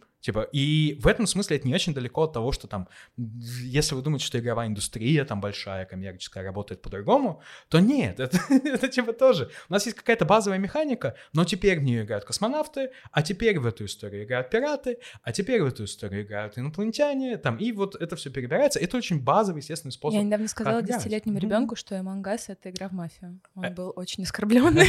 A: И в этом смысле это не очень далеко от того, что там, если вы думаете, что игровая индустрия там большая, коммерческая, работает по-другому, то нет, это тоже. У нас есть какая-то базовая механика, но теперь в нее играют космонавты, а теперь в эту историю играют пираты, а теперь в эту историю играют инопланетяне, и вот это все перебирается. Это очень базовый, естественный способ.
C: Я недавно сказала 10-летнему ребенку, что Among Us — это игра в мафию. Он был очень оскорбленный.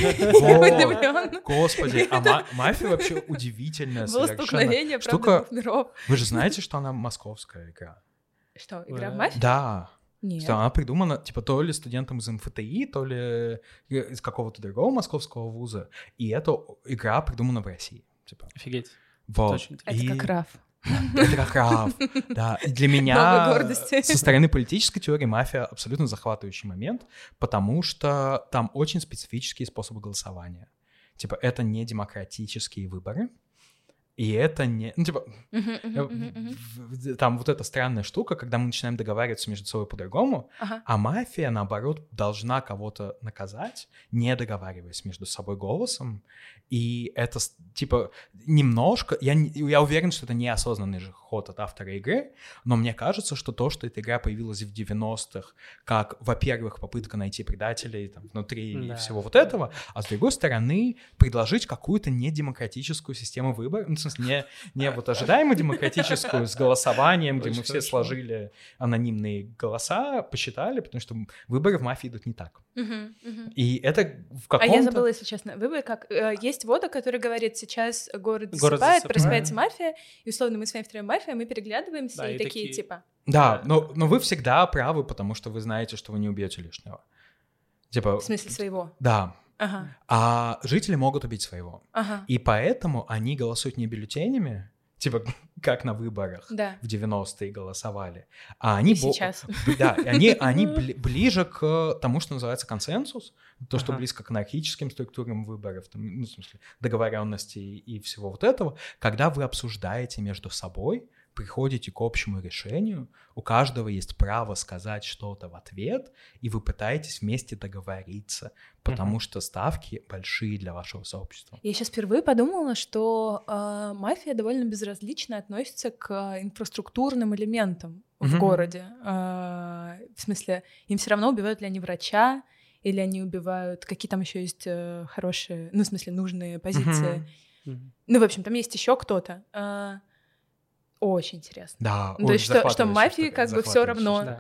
A: Господи, а мафия вообще удивительная совершенно.
C: Было столкновение, правда, двух миров.
A: Вы же знаете, что она московская игра?
C: Что, игра в мафию?
A: Да.
C: Нет.
A: Что она придумана, то ли студентом из МФТИ, то ли из какого-то другого московского вуза. И эта игра придумана в России.
B: Офигеть.
A: Вот.
C: Это как РАФ.
A: Это как РАФ, да. И для меня со стороны политической теории мафия абсолютно захватывающий момент, потому что там очень специфические способы голосования. Это не демократические выборы. И это не... Ну, типа, там вот эта странная штука, когда мы начинаем договариваться между собой по-другому, а мафия, наоборот, должна кого-то наказать, не договариваясь между собой голосом. И это, типа, немножко... Я уверен, что это неосознанный же ход от автора игры, но мне кажется, что то, что эта игра появилась в 90-х, как, во-первых, попытка найти предателей там, внутри и всего вот этого, а с другой стороны, предложить какую-то недемократическую систему выбора, ну, в смысле, не вот ожидаемо демократическую с голосованием, где мы все сложили анонимные голоса, посчитали, потому что выборы в мафии идут не так. И это в каком-то...
C: А я забыла, если честно, выборы как... Есть Вода, который говорит, сейчас город засыпает, просыпается мафия, и условно мы с вами втроем мафия, мы переглядываемся и такие типа...
A: Да, но вы всегда правы, потому что вы знаете, что вы не убьете лишнего. Типа... В
C: смысле своего?
A: Да. А жители могут убить своего. И поэтому они голосуют не бюллетенями, типа как на выборах в 90-е голосовали, а они...
C: сейчас.
A: Да, они ближе к тому, что называется консенсус, то, что близко к анархическим структурам выборов, там, ну, в смысле, договоренностей и всего вот этого, когда вы обсуждаете между собой, приходите к общему решению, у каждого есть право сказать что-то в ответ, и вы пытаетесь вместе договориться, потому что ставки большие для вашего сообщества.
C: Я сейчас впервые подумала, что мафия довольно безразлично относится к инфраструктурным элементам в городе. В смысле, им все равно, убивают ли они врача, или они убивают... Какие там еще есть хорошие, ну, в смысле, нужные позиции. Ну, в общем, там есть еще кто-то. Очень интересно.
A: Да,
C: то есть, что мафии как бы все равно,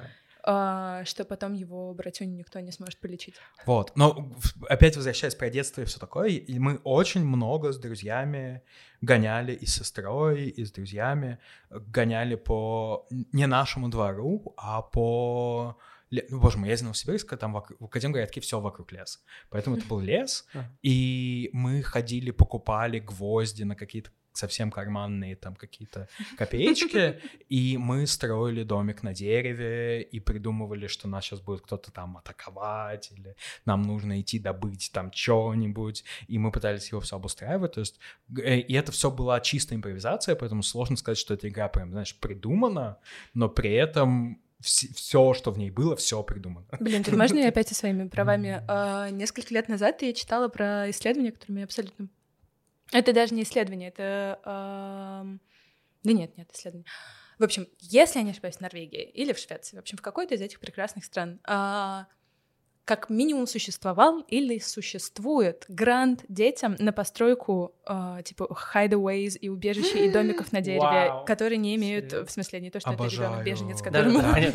C: что потом его братюню никто не сможет полечить.
A: Вот, но опять возвращаясь про детство и все такое, и мы очень много с друзьями гоняли и с сестрой, и с друзьями гоняли по не нашему двору, а по... Боже мой, я из Новосибирска, там в Академгородке все вокруг лес. Поэтому это был лес, и мы ходили, покупали гвозди на какие-то совсем карманные там какие-то копеечки, и мы строили домик на дереве и придумывали, что нас сейчас будет кто-то там атаковать, или нам нужно идти добыть там что-нибудь, и мы пытались его все обустраивать, то есть, и это все была чистая импровизация, поэтому сложно сказать, что эта игра прям, знаешь, придумана, но при этом все, что в ней было, все придумано.
C: Блин, тут можно я опять со своими правами? Несколько лет назад я читала про исследования, которые меня абсолютно... Это даже не исследование, это... Да нет, исследование. В общем, если я не ошибаюсь, в Норвегии или в Швеции, в общем, в какой-то из этих прекрасных стран, как минимум существовал или существует грант детям на постройку типа hideaways и убежища и домиков на дереве, которые не имеют, в смысле, не то, что это ребенок-беженец, который...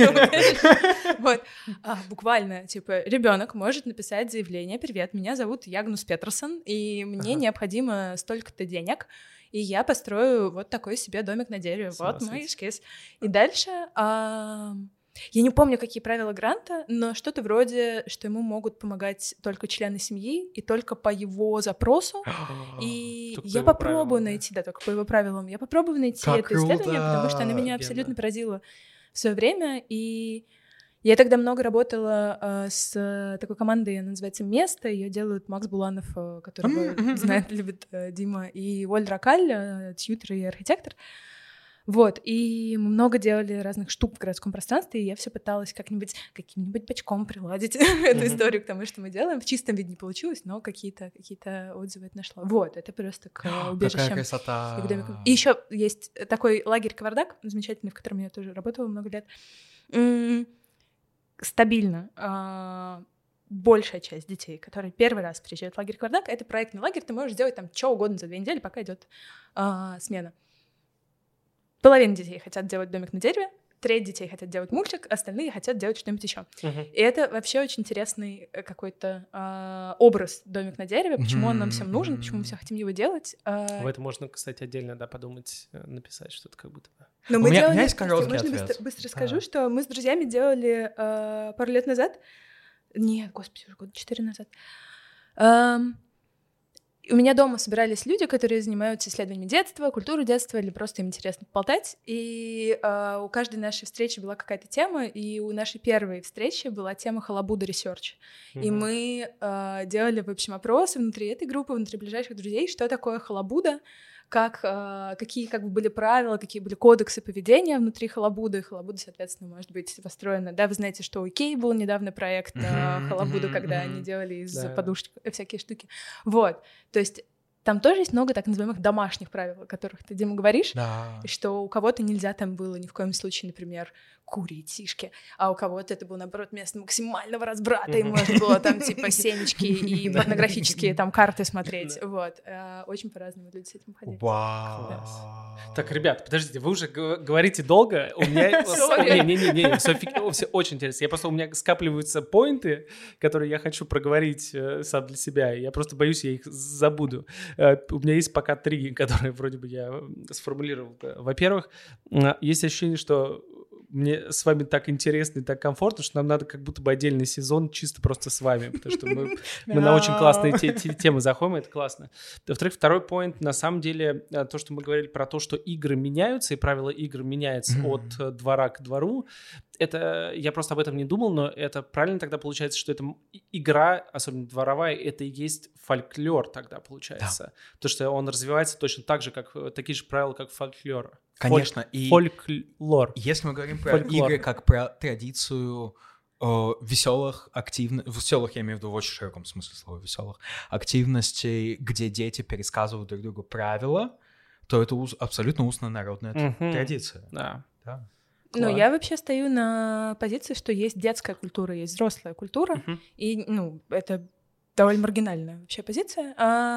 C: Вот, буквально, типа, ребенок может написать заявление: «Привет, меня зовут Ягнус Петерсон, и мне необходимо столько-то денег, и я построю вот такой себе домик на дереве, вот мой эскиз». И дальше... Я не помню, какие правила гранта, но что-то вроде, что ему могут помогать только члены семьи и только по его запросу. И я попробую найти, только по его правилам, я попробую найти это исследование, потому что оно меня абсолютно поразило в свое время. И я тогда много работала с такой командой, она называется «Место», ее делают Макс Буланов, которого знает, любит Дима, и Оль Ракаль, тьютер и архитектор. Вот, и мы много делали разных штук в городском пространстве, и я все пыталась каким-нибудь бочком приладить эту историю к тому, что мы делаем. В чистом виде не получилось, но какие-то отзывы это нашла. Вот, это просто к убежищам.
A: Какая красота!
C: И еще есть такой лагерь Кавардак, замечательный, в котором я тоже работала много лет. Стабильно. Большая часть детей, которые первый раз приезжают в лагерь Кавардак, это проектный лагерь, ты можешь сделать там что угодно за 2 недели, пока идет смена. Половина детей хотят делать домик на дереве, треть детей хотят делать мультик, остальные хотят делать что-нибудь еще. И это вообще очень интересный какой-то образ домик на дереве, почему он нам всем нужен, почему мы все хотим его делать.
B: В этом можно, кстати, отдельно подумать, написать что-то как будто бы.
C: Но мы
A: делали, есть короткий
C: ответ. Быстро скажу, что мы с друзьями делали пару лет назад, нет, господи, уже 4 года назад, у меня дома собирались люди, которые занимаются исследованием детства, культуры детства, или просто им интересно поболтать. И у каждой нашей встречи была какая-то тема, и у нашей первой встречи была тема Халабуда Research. И мы делали, в общем, опросы внутри этой группы, внутри ближайших друзей, что такое халабуда, какие как бы были правила, какие были кодексы поведения внутри Халабуды. Халабуда, соответственно, может быть построена. Да, вы знаете, что у Икеи был недавно проект Халабуда, когда они делали из подушек всякие штуки. Вот, то есть там тоже есть много так называемых домашних правил, о которых ты, Дима, говоришь, и что у кого-то нельзя там было ни в коем случае, например, курить сишки, а у кого-то это было, наоборот, место максимального разбрата, и можно было там, типа, семечки и порнографические там карты смотреть, вот. Очень по-разному люди с этим ходили.
A: Вау!
B: Так, ребят, подождите, вы уже говорите долго, у меня... Не-не-не, все очень интересно. У меня скапливаются поинты, которые я хочу проговорить сам для себя, и я просто боюсь, я их забуду. У меня есть пока 3, которые вроде бы я сформулировал. Во-первых, есть ощущение, что мне с вами так интересно и так комфортно, что нам надо как будто бы отдельный сезон чисто просто с вами, потому что мы на очень классные темы заходим, это классно. Во-вторых, второй поинт, на самом деле, то, что мы говорили про то, что игры меняются, и правила игр меняются от двора к двору, это, я просто об этом не думал, но это правильно тогда получается, что это игра, особенно дворовая, это и есть фольклор тогда получается. Да. Потому что он развивается точно так же, как такие же правила, как фольклор.
A: Конечно. И
B: фольклор.
A: Если мы говорим про игры как про традицию веселых, веселых, я имею в виду в очень широком смысле слова веселых, активностей, где дети пересказывают друг другу правила, то это абсолютно устная народная традиция.
B: Да.
C: Ну, я вообще стою на позиции, что есть детская культура, есть взрослая культура, и, это довольно маргинальная вообще позиция.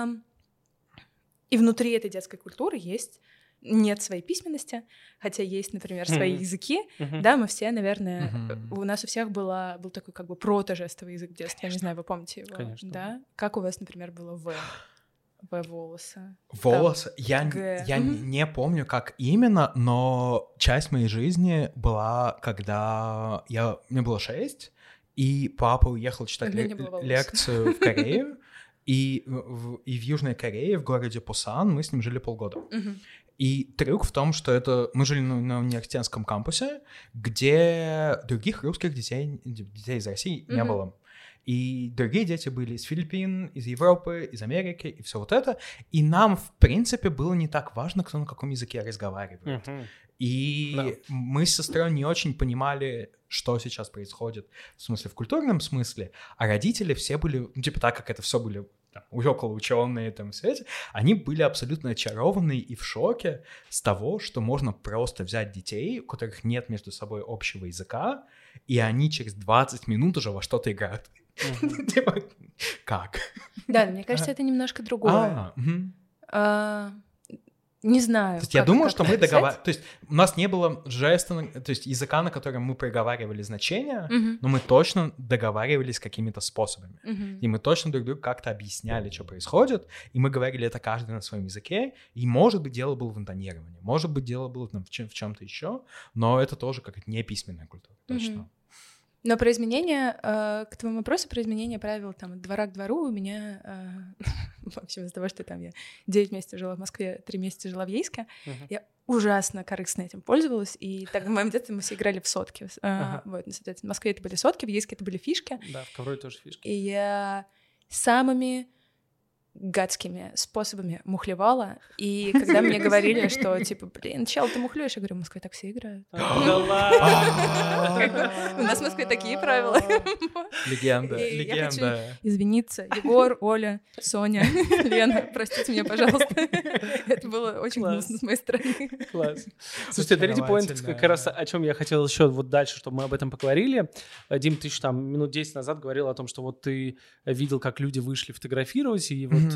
C: И внутри этой детской культуры нет своей письменности, хотя есть, например, свои языки. Да, мы все, наверное, у нас у всех был такой как бы протожестовый язык в детстве. Я не знаю, вы помните его?
B: Конечно.
C: Да? Как у вас, например, было волосы?
A: Волосы? Я не помню, как именно, но часть моей жизни была, когда мне было 6, и папа уехал читать лекцию в Корею, и в Южной Корее, в городе Пусан, мы с ним жили полгода. И трюк в том, что мы жили на университетском кампусе, где других русских детей из России не было. И другие дети были из Филиппин, из Европы, из Америки, и все вот это. И нам, в принципе, было не так важно, кто на каком языке разговаривает. И мы с сестрой не очень понимали, что сейчас происходит, в смысле, в культурном смысле, а родители все были, так как это все были околоученые там все эти, они были абсолютно очарованы и в шоке с того, что можно просто взять детей, у которых нет между собой общего языка, и они через 20 минут уже во что-то играют. Как?
C: Да, мне кажется, это немножко другое. Не знаю.
A: То есть я думаю, что мы договаривались... То есть у нас не было жеста, то есть языка, на котором мы проговаривали значения, но мы точно договаривались какими-то способами. И мы точно друг другу как-то объясняли, что происходит, и мы говорили это каждый на своем языке, и, может быть, дело было в интонировании, может быть, дело было в чем-то еще, но это тоже как-то не письменная культура, точно.
C: Но про изменения, к твоему вопросу, про изменения правил там от двора к двору у меня, в общем, из-за того, что там я 9 месяцев жила в Москве, 3 месяца жила в Ейске, я ужасно корыстно этим пользовалась, и так в моем детстве мы все играли в сотки. Вот, соответственно, в Москве это были сотки, в Ейске это были фишки.
B: Да, в Коврове тоже фишки.
C: И я самыми гадскими способами мухлевала, и когда мне говорили, что, типа, чел, ты мухлюешь, я говорю, в Москве так все играют.
B: Да ладно!
C: У нас в Москве такие правила.
A: Легенда.
C: Я хочу извиниться. Егор, Оля, Соня, Лена, простите меня, пожалуйста. Это было очень гнусно с моей стороны.
B: Класс. Слушайте, третий поинт, как раз о чем я хотел еще вот дальше, чтобы мы об этом поговорили. Дим, ты еще там минут 10 назад говорил о том, что вот ты видел, как люди вышли фотографировать, и вот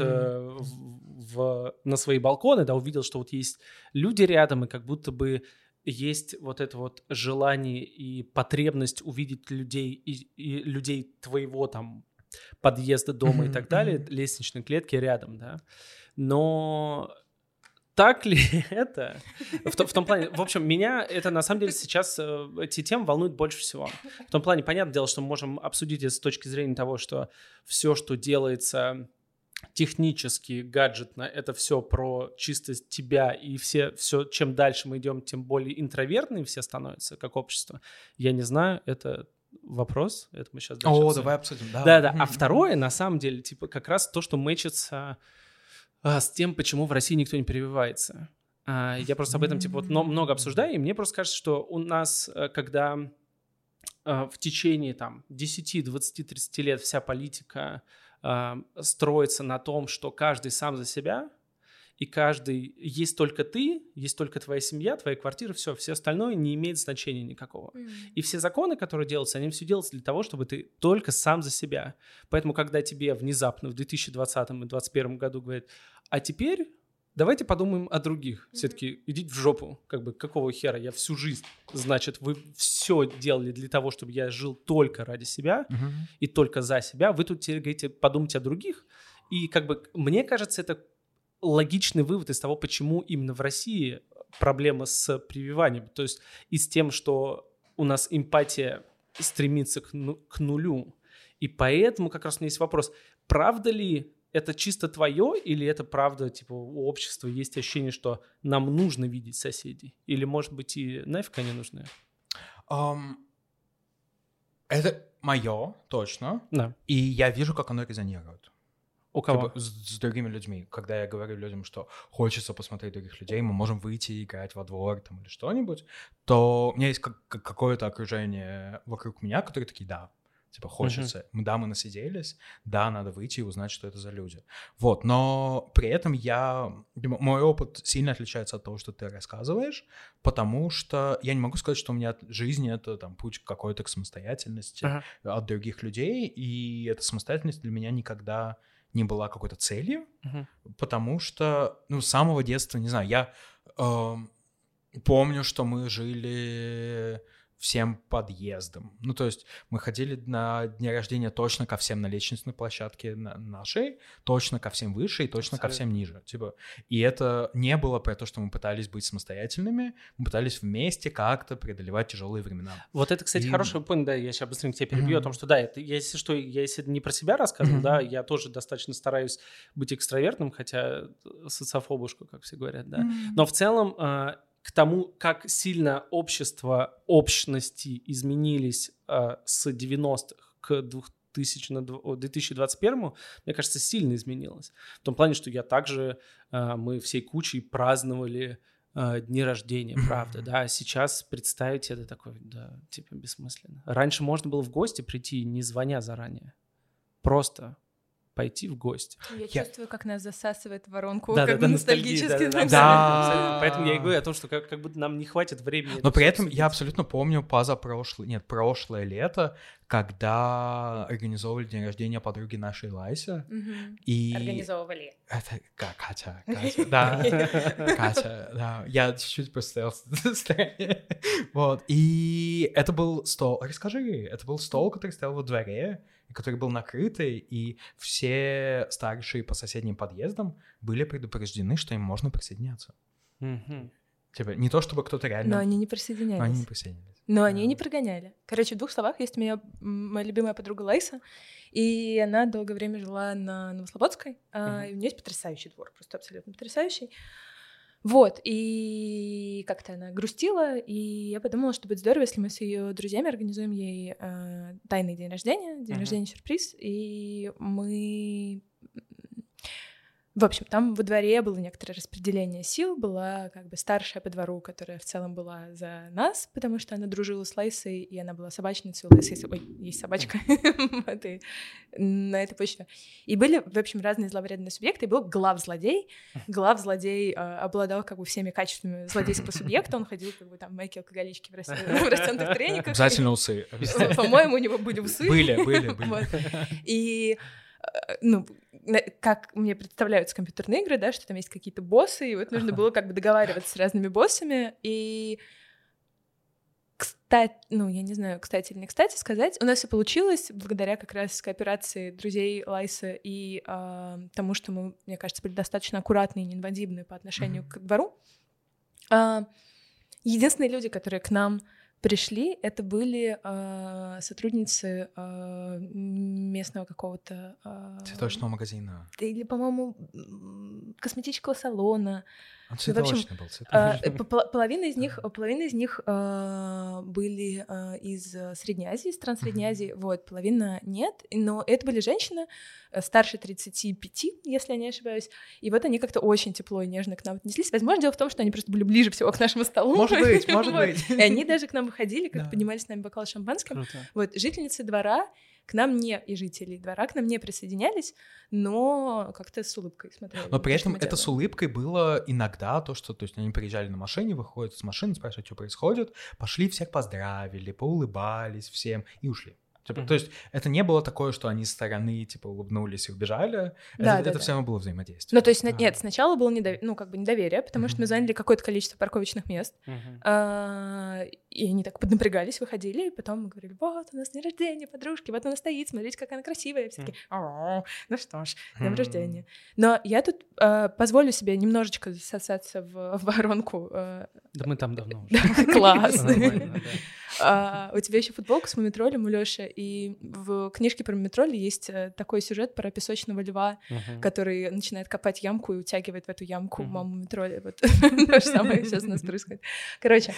B: на свои балконы, да, увидел, что вот есть люди рядом, и как будто бы есть вот это вот желание и потребность увидеть людей и людей твоего там подъезда, дома и так далее, лестничной клетки рядом, да. Но так ли это? В том плане, в общем, меня это на самом деле сейчас эти темы волнуют больше всего. В том плане, понятное дело, что мы можем обсудить это с точки зрения того, что все, что делается технически, гаджетно, это все про чисто тебя, и все, чем дальше мы идем, тем более интровертные все становятся, как общество. Я не знаю, это вопрос, это мы сейчас дальше
A: давай обсудим.
B: Да. А второе, на самом деле, типа, как раз то, что мэчится с тем, почему в России никто не прививается. Я просто об этом много обсуждаю, и мне просто кажется, что у нас, когда в течение 10, 20, 30 лет вся политика строится на том, что каждый сам за себя, и каждый, есть только ты, есть только твоя семья, твоя квартира, все остальное не имеет значения никакого. И все законы, которые делаются, они все делаются для того, чтобы ты только сам за себя. Поэтому, когда тебе внезапно в 2020 и 2021 году говорят, а теперь давайте подумаем о других. Все-таки идите в жопу, какого хера, я всю жизнь, значит, вы все делали для того, чтобы я жил только ради себя и только за себя, вы тут теперь говорите, подумайте о других, и мне кажется, это логичный вывод из того, почему именно в России проблема с прививанием, то есть и с тем, что у нас эмпатия стремится к нулю, и поэтому как раз у меня есть вопрос, правда ли это чисто твое, или это правда, у общества есть ощущение, что нам нужно видеть соседей? Или, может быть, и нафиг они нужны?
A: Это мое, точно.
B: Да.
A: И я вижу, как оно резонирует.
B: У кого?
A: С другими людьми. Когда я говорю людям, что хочется посмотреть других людей, мы можем выйти и играть во двор или что-нибудь, то у меня есть какое-то окружение вокруг меня, которые такие, да, хочется. Да, мы насиделись, да, надо выйти и узнать, что это за люди. Но при этом мой опыт сильно отличается от того, что ты рассказываешь, потому что я не могу сказать, что у меня жизнь — это путь какой-то к самостоятельности от других людей, и эта самостоятельность для меня никогда не была какой-то целью, потому что, с самого детства, не знаю, я помню, что мы жили всем подъездом. То есть мы ходили на дни рождения точно ко всем на лестничной площадке нашей, точно ко всем выше и точно ко всем ниже. И это не было про то, что мы пытались быть самостоятельными, мы пытались вместе как-то преодолевать тяжелые времена.
B: Вот это, кстати, хороший point, да, я сейчас быстренько тебя перебью, о том, что да, это, если не про себя рассказывал, да, я тоже достаточно стараюсь быть экстравертным, хотя социофобушка, как все говорят, да. Но в целом к тому, как сильно общности изменились с 90-х к 2021, мне кажется, сильно изменилось. В том плане, что мы всей кучей праздновали дни рождения, правда, да. Сейчас представить это такое, да, бессмысленно. Раньше можно было в гости прийти, не звоня заранее. Просто пойти в гости.
C: Я чувствую, как нас засасывает воронку,
B: ностальгически. Да. Поэтому я и говорю о том, что как будто нам не хватит времени.
A: Но при этом я абсолютно помню прошлое лето, когда организовывали день рождения подруги нашей Лайсы. И...
C: Организовывали.
A: Это Катя, да. Катя, да. Я чуть-чуть поставил в стороне. И это был стол. Расскажи. Это был стол, который стоял во дворе, который был накрытый, и все старшие по соседним подъездам были предупреждены, что им можно присоединяться. Не то, чтобы кто-то реально...
C: Но они не присоединялись. Но они не прогоняли. Короче, в 2 словах, есть моя любимая подруга Лайса, и она долгое время жила на Новослободской, и у нее есть потрясающий двор, просто абсолютно потрясающий. И как-то она грустила, и я подумала, что будет здорово, если мы с ее друзьями организуем ей тайный день рождения сюрприз, и мы... В общем, там во дворе было некоторое распределение сил, была старшая по двору, которая в целом была за нас, потому что она дружила с Лайсой, и она была собачницей, у Лайсы есть собачка на этой почве. И были, в общем, разные зловредные субъекты, и был главзлодей. Главзлодей обладал всеми качествами злодейского субъекта, он ходил майки алкоголички в растёнтых трениках.
A: Обязательно усы.
C: По-моему, у него были усы.
A: Были.
C: И как мне представляются компьютерные игры, да, что там есть какие-то боссы, и нужно было договариваться с разными боссами, и кстати, я не знаю, кстати или не кстати сказать, у нас все получилось благодаря как раз кооперации друзей Лайса и тому, что мы, мне кажется, были достаточно аккуратны и неинвазивны по отношению к двору. Единственные люди, которые к нам пришли, это были сотрудницы местного какого-то...
A: Цветочного магазина.
C: Или, по-моему, косметического салона.
A: Он цветочный был.
C: Половина из них были из Средней Азии, стран Средней Азии, вот, половина нет, но это были женщины старше 35, если я не ошибаюсь, и вот они как-то очень тепло и нежно к нам отнеслись. Возможно, дело в том, что они просто были ближе всего к нашему столу.
A: Может быть.
C: И они даже к нам выходили, как поднимали с нами бокал шампанским. Вот, жительницы двора к нам и жители двора к нам не присоединялись, но как-то с улыбкой смотрели.
A: Но при этом это с улыбкой было иногда то, что, то есть они приезжали на машине, выходят с машины, спрашивают, что происходит, пошли, всех поздравили, поулыбались всем и ушли. Типа, то есть это не было такое, что они с стороны, типа, улыбнулись и убежали. Это все равно было взаимодействие.
C: Ну, то есть, нет, сначала было недоверие, потому что мы заняли какое-то количество парковочных мест, и они так поднапрягались, выходили, и потом мы говорили, вот, у нас день рождения подружки, вот она стоит, смотрите, какая она красивая. И все такие, ну что ж, днем рождения. Но я тут позволю себе немножечко засосаться в воронку.
B: Да мы там давно уже.
C: Класс. У тебя еще футболка с Мумитролем у Лёши, и в книжке про Мумитроль есть такой сюжет про песочного льва, который начинает копать ямку и утягивает в эту ямку маму Мумитроля. Вот то же самое сейчас у нас происходит. Короче,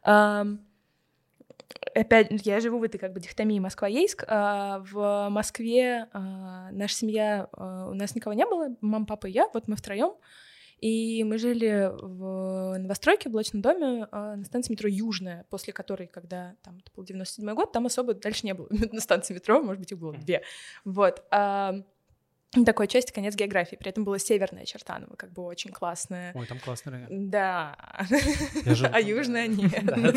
C: опять, я живу в этой как бы дихотомии Москва-Ейск. В Москве наша семья, у нас никого не было, мама, папа и я, вот мы втроем. И мы жили в новостройке, в блочном доме на станции метро Южная, после которой, когда там это был 97-й год, там особо дальше не было на станции метро, может быть, их было 2. Вот. Такой часть, конец географии. При этом была северная Чертаново, как бы очень классная.
B: Ой, там классный район.
C: Да. А южная нет.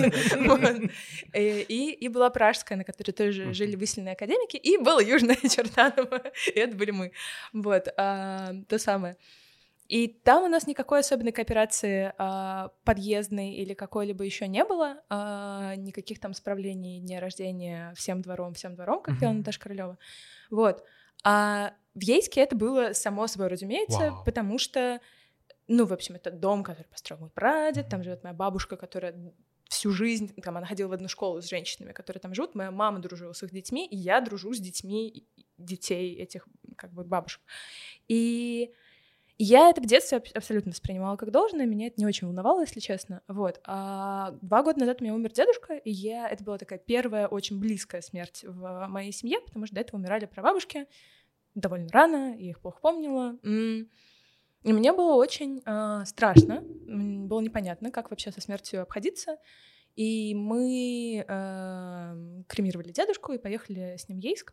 C: И была Пражская, на которой тоже жили выселенные академики, и была южная Чертаново, и это были мы. Вот. То самое. И там у нас никакой особенной кооперации подъездной или какой-либо еще не было, никаких там справлений дня рождения всем двором, как пела Наташа Королева. Вот. А в Ейске это было само собой разумеется, потому что, ну, в общем, это дом, который построил мой прадед, там живет моя бабушка, которая всю жизнь, там, она ходила в одну школу с женщинами, которые там живут, моя мама дружила с их детьми, и я дружу с детьми детей этих, как бы, бабушек. И я это в детстве абсолютно воспринимала как должное, меня это не очень волновало, если честно. Вот. А 2 года назад у меня умер дедушка, и это была такая первая очень близкая смерть в моей семье, потому что до этого умирали прабабушки довольно рано, я их плохо помнила. И мне было очень страшно, было непонятно, как вообще со смертью обходиться. И мы кремировали дедушку и поехали с ним в Ейск.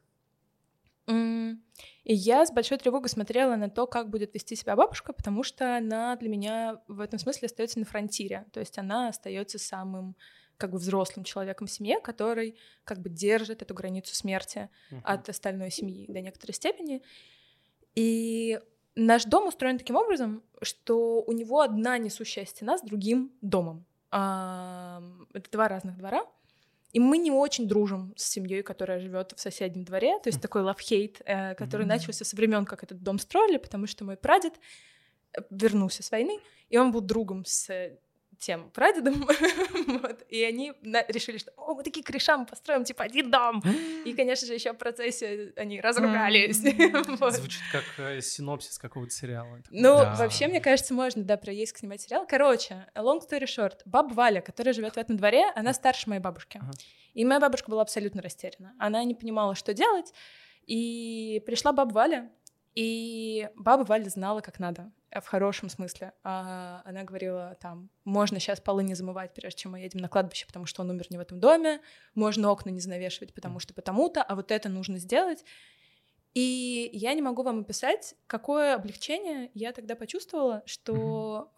C: И я с большой тревогой смотрела на то, как будет вести себя бабушка, потому что она для меня в этом смысле остается на фронтире. То есть она остается самым как бы взрослым человеком в семье, который как бы держит эту границу смерти от остальной семьи до некоторой степени. И наш дом устроен таким образом, что у него одна несущая стена с другим домом. Это 2 разных двора. И мы не очень дружим с семьей, которая живет в соседнем дворе, то есть такой love-hate, который начался со времен, как этот дом строили, потому что мой прадед вернулся с войны, и он был другом с тем прадедом, вот, и они решили, что мы такие кореша, мы построим типа один дом, и, конечно же, еще в процессе они разругались.
B: Звучит как синопсис какого-то сериала.
C: Ну, вообще, мне кажется, можно, про Ейск снимать сериал. Короче, long story short, баба Валя, которая живет в этом дворе, она старше моей бабушки. И моя бабушка была абсолютно растеряна. Она не понимала, что делать, и пришла баба Валя, и баба Валя знала, как надо, в хорошем смысле. Она говорила, там, можно сейчас полы не замывать, прежде чем мы едем на кладбище, потому что он умер не в этом доме, можно окна не занавешивать, потому что потому-то, а вот это нужно сделать. И я не могу вам описать, какое облегчение я тогда почувствовала, что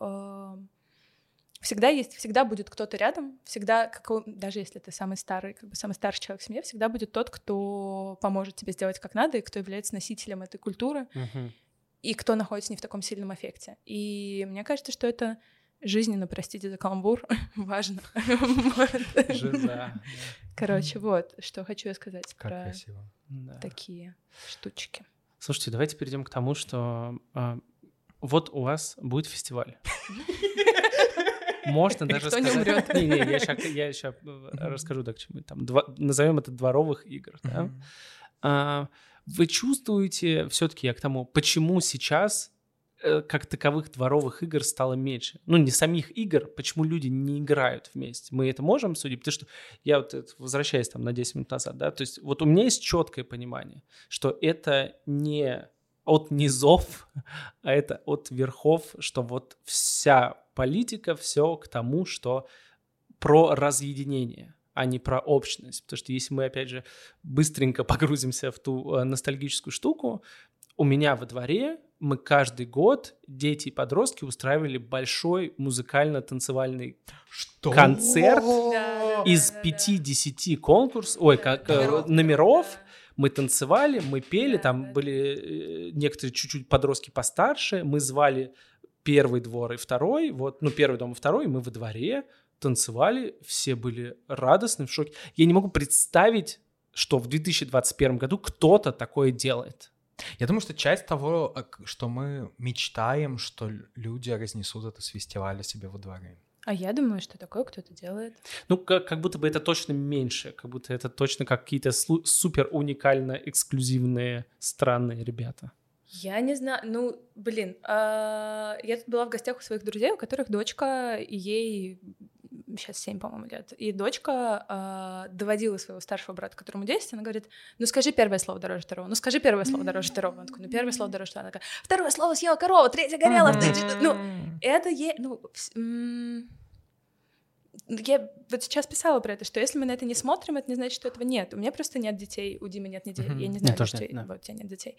C: всегда будет кто-то рядом, всегда, даже если ты самый старый, как бы самый старший человек в семье, всегда будет тот, кто поможет тебе сделать как надо, и кто является носителем этой культуры, и кто находится не в таком сильном аффекте. И мне кажется, что это жизненно, простите за каламбур, важно. Короче, вот, что хочу я сказать про такие штучки.
B: Слушайте, давайте перейдем к тому, что вот у вас будет фестиваль. Можно даже
C: сказать... Никто не умрет.
B: Я сейчас расскажу, к чему. Назовем это дворовых игр. Да? Вы чувствуете, все-таки я к тому, почему сейчас как таковых дворовых игр стало меньше. Ну, не самих игр, почему люди не играют вместе. Мы это можем судить, потому что я вот возвращаюсь там на 10 минут назад, да, то есть вот у меня есть четкое понимание, что это не от низов, а это от верхов, что вот вся политика, все к тому, что про разъединение, а не про общность. Потому что если мы, опять же, быстренько погрузимся в ту ностальгическую штуку, у меня во дворе мы каждый год, дети и подростки, устраивали большой музыкально-танцевальный концерт из 5-10 номеров. Мы танцевали, мы пели, там были некоторые чуть-чуть подростки постарше, мы звали первый двор и второй, вот, ну, первый дом и второй, и мы во дворе танцевали, все были радостны, в шоке. Я не могу представить, что в 2021 году кто-то такое делает.
A: Я думаю, что часть того, что мы мечтаем, что люди разнесут это с фестиваля себе во дворе.
C: А я думаю, что такое кто-то делает.
B: Ну, как будто бы это точно меньше, как будто это точно какие-то супер уникально эксклюзивные странные ребята.
C: Я не знаю, ну, блин, я тут была в гостях у своих друзей, у которых дочка, и ей сейчас 7, по-моему, лет, и дочка доводила своего старшего брата, которому 10, она говорит, ну, скажи первое слово дороже второго, ну, скажи первое слово дороже второго. Он такой, ну, первое слово дороже второго. Она такая, второе слово съела корова, третье горело. Ну, это я вот сейчас писала про это, что если мы на это не смотрим, это не значит, что этого нет. У меня просто нет детей, у Димы нет детей, я не знаю, что у тебя нет детей.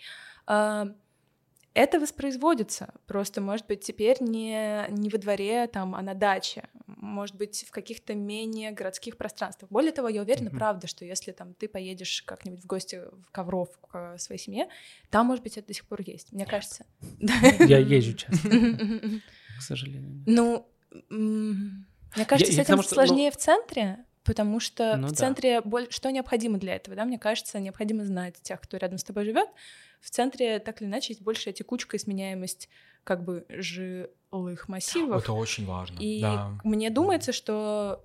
C: Это воспроизводится, просто, может быть, теперь не во дворе, там, а на даче, может быть, в каких-то менее городских пространствах. Более того, я уверена, правда, что если там ты поедешь как-нибудь в гости в Ковров к своей семье, там, может быть, это до сих пор есть, мне кажется.
B: Я езжу часто, к сожалению.
C: Ну, мне кажется, с этим сложнее в центре, потому что в центре что необходимо для этого, да? Мне кажется, необходимо знать тех, кто рядом с тобой живет. В центре так или иначе есть большая текучка и сменяемость как бы жилых массивов.
A: Это очень важно.
C: И мне думается, что...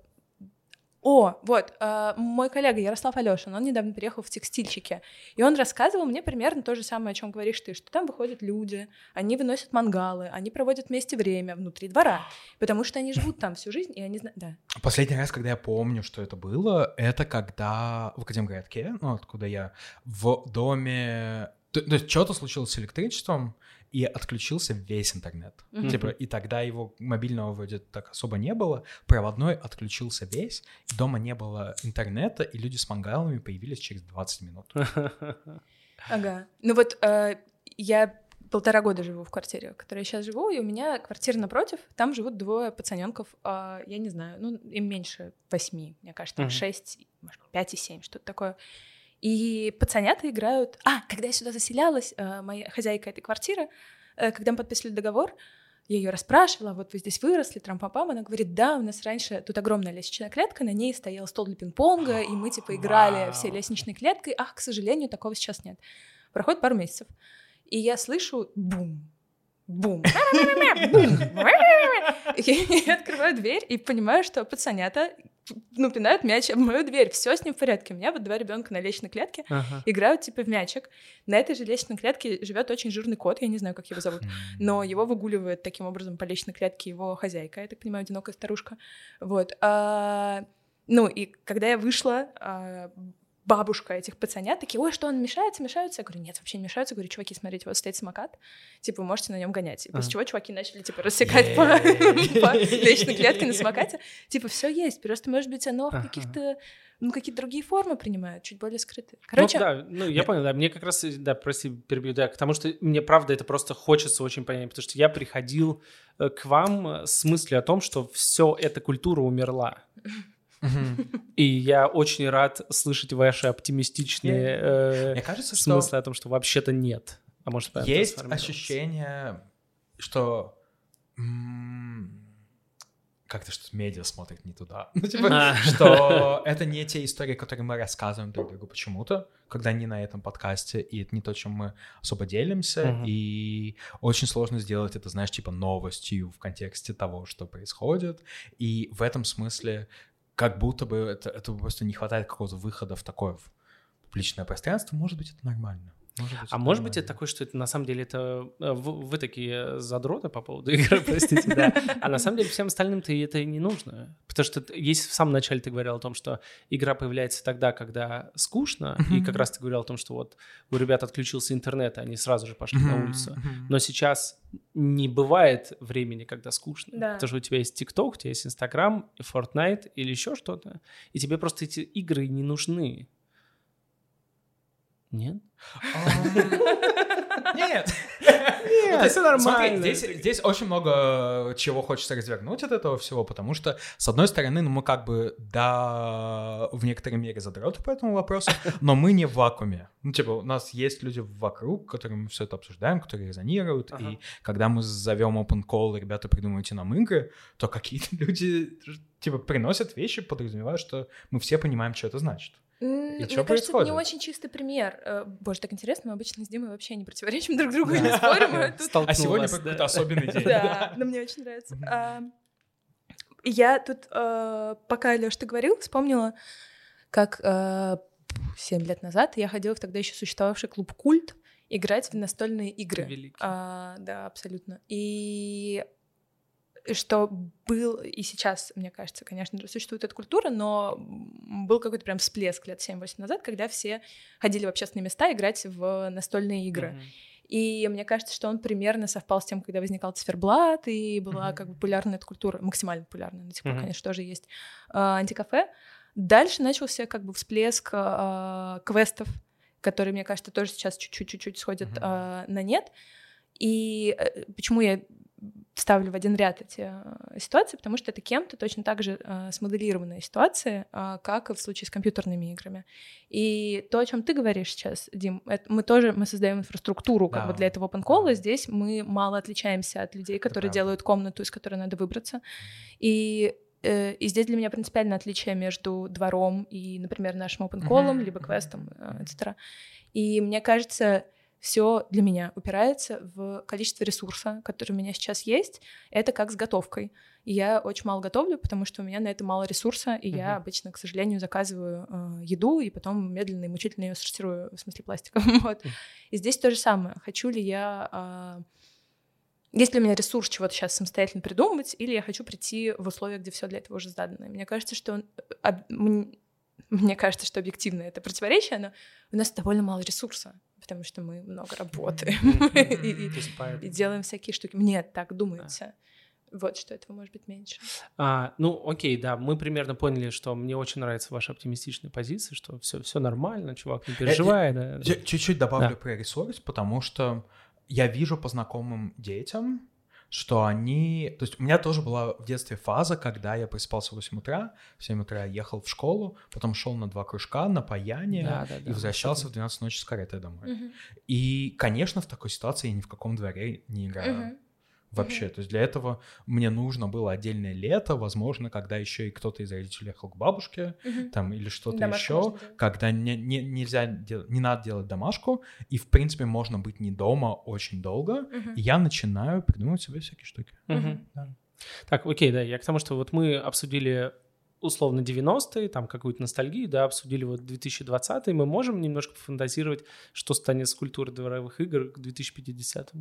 C: мой коллега Ярослав Алёшин, он недавно переехал в текстильщики, и он рассказывал мне примерно то же самое, о чем говоришь ты, что там выходят люди, они выносят мангалы, они проводят вместе время внутри двора, потому что они живут там всю жизнь, и они знают... Да.
A: Последний раз, когда я помню, что это было, это когда в Академгородке, ну, откуда я, в доме... То есть что-то случилось с электричеством, и отключился весь интернет. Типа, и тогда его мобильного вроде так особо не было, проводной отключился весь, и дома не было интернета, и люди с мангалами появились через 20 минут.
C: Ага. Ну вот я 1,5 года живу в квартире, в которой я сейчас живу, и у меня квартира напротив, там живут 2 пацанёнков, я не знаю, ну, им меньше 8, мне кажется, там 6, может, 5 и 7, что-то такое. И пацанята играют... когда я сюда заселялась, моя хозяйка этой квартиры, когда мы подписывали договор, я ее расспрашивала, вот вы здесь выросли, трам-пам-пам, она говорит, да, у нас раньше тут огромная лестничная клетка, на ней стоял стол для пинг-понга, и мы, типа, играли все лестничной клеткой, к сожалению, такого сейчас нет. Проходит пару месяцев, и я слышу бум, бум, бум. Я открываю дверь и понимаю, что пацанята пинают мяч в мою дверь. Все с ним в порядке. У меня вот 2 ребенка на лестничной клетке играют типа в мячик. На этой же лестничной клетке живет очень жирный кот, я не знаю, как его зовут, но его выгуливает таким образом по лестничной клетке его хозяйка, я так понимаю, одинокая старушка. Вот. И когда я вышла, бабушка этих пацанят такие, ой, что он мешается? Я говорю, нет, вообще не мешаются. Я говорю, чуваки, смотрите, вот стоит самокат, типа, вы можете на нем гонять. И после чего чуваки начали, типа, рассекать по лестничной клетке на самокате. Типа, все есть, просто, может быть, оно в каких-то, какие-то другие формы принимают, чуть более скрытые. Короче...
B: я понял, да, мне как раз, прости, перебью, да, потому что мне, правда, это просто хочется очень понять, потому что я приходил к вам с мыслью о том, что все эта культура умерла. И я очень рад слышать ваши оптимистичные смыслы о том, что вообще-то нет. А может,
A: есть ощущение, что как-то что медиа смотрит не туда. Что это не те истории, которые мы рассказываем друг другу почему-то, когда не на этом подкасте, и это не то, чем мы особо делимся, и очень сложно сделать это, знаешь, типа новостью в контексте того, что происходит, и в этом смысле как будто бы это просто не хватает какого-то выхода в такое в публичное пространство. Может быть, это нормально.
B: Может быть, это такое, что это на самом деле это вы такие задроты по поводу игры, простите, да. А на самом деле всем остальным-то это не нужно. Потому что если в самом начале ты говорил о том, что игра появляется тогда, когда скучно, и как раз ты говорил о том, что вот у ребят отключился интернет, и они сразу же пошли на улицу. Но сейчас не бывает времени, когда скучно. Да. Потому что у тебя есть TikTok, у тебя есть Instagram, Fortnite или еще что-то, и тебе просто эти игры не нужны. Нет?
A: Нет. Нет, все нормально. Смотри, здесь очень много чего хочется развернуть от этого всего, потому что, с одной стороны, мы как бы, да, в некоторой мере задроты по этому вопросу, но мы не в вакууме. У нас есть люди вокруг, которым мы все это обсуждаем, которые резонируют, и когда мы зовем open call, ребята, придумайте нам игры, то какие-то люди, приносят вещи, подразумевая, что мы все понимаем, что это значит.
C: Мне кажется, это не очень чистый пример. Боже, так интересно, мы обычно с Димой вообще не противоречим друг другу и не спорим.
A: А сегодня какой-то особенный день.
C: Да, но мне очень нравится. Я тут, пока, Лёш, ты говорил, вспомнила, как 7 лет назад я ходила в тогда еще существовавший клуб «Культ» играть в настольные игры. Да, абсолютно. И что был, и сейчас, мне кажется, конечно же, существует эта культура, но был какой-то прям всплеск лет 7-8 назад, когда все ходили в общественные места играть в настольные игры. И мне кажется, что он примерно совпал с тем, когда возникал циферблат, и была как бы популярная эта культура, максимально популярная, до сих пор, конечно, тоже есть антикафе. Дальше начался как бы всплеск квестов, которые, мне кажется, тоже сейчас чуть-чуть сходят на нет. И почему я ставлю в один ряд эти ситуации, потому что это кем-то точно так же смоделированная ситуация, как и в случае с компьютерными играми. И то, о чем ты говоришь сейчас, Дим, мы создаем инфраструктуру как бы для этого open call, здесь мы мало отличаемся от людей, которые делают комнату, из которой надо выбраться. И здесь для меня принципиальное отличие между двором и, например, нашим open call, либо квестом, etc. И мне кажется, все для меня упирается в количество ресурса, который у меня сейчас есть. Это как с готовкой. И я очень мало готовлю, потому что у меня на это мало ресурса, и я обычно, к сожалению, заказываю еду, и потом медленно и мучительно ее сортирую, в смысле пластика. Вот. И здесь то же самое. Хочу ли я... Есть ли у меня ресурс чего-то сейчас самостоятельно придумывать, или я хочу прийти в условия, где все для этого уже задано. Мне кажется, что объективно это противоречие, но у нас довольно мало ресурса, потому что мы много работаем и делаем всякие штуки. Мне так думается. Вот, что этого может быть меньше.
B: Окей, да, мы примерно поняли, что мне очень нравится ваша оптимистичная позиция, что все нормально, чувак, не переживай.
A: Я чуть-чуть добавлю про ресурс, потому что я вижу по знакомым детям, что они... То есть у меня тоже была в детстве фаза, когда я просыпался в 8 утра, в 7 утра ехал в школу, потом шел на 2 кружка, на паяние и возвращался в 12 ночи с каретой домой. И, конечно, в такой ситуации я ни в каком дворе не играю. Вообще, то есть для этого мне нужно было отдельное лето, возможно, когда еще и кто-то из родителей ехал к бабушке, там, или что-то еще, когда не надо делать домашку, и, в принципе, можно быть не дома очень долго, и я начинаю придумывать себе всякие штуки.
B: Да. Так, окей, да, я к тому, что вот мы обсудили условно 90-е, там какую-то ностальгию, да, обсудили вот 2020-е, мы можем немножко фантазировать, что станет с культурой дворовых игр к 2050-му?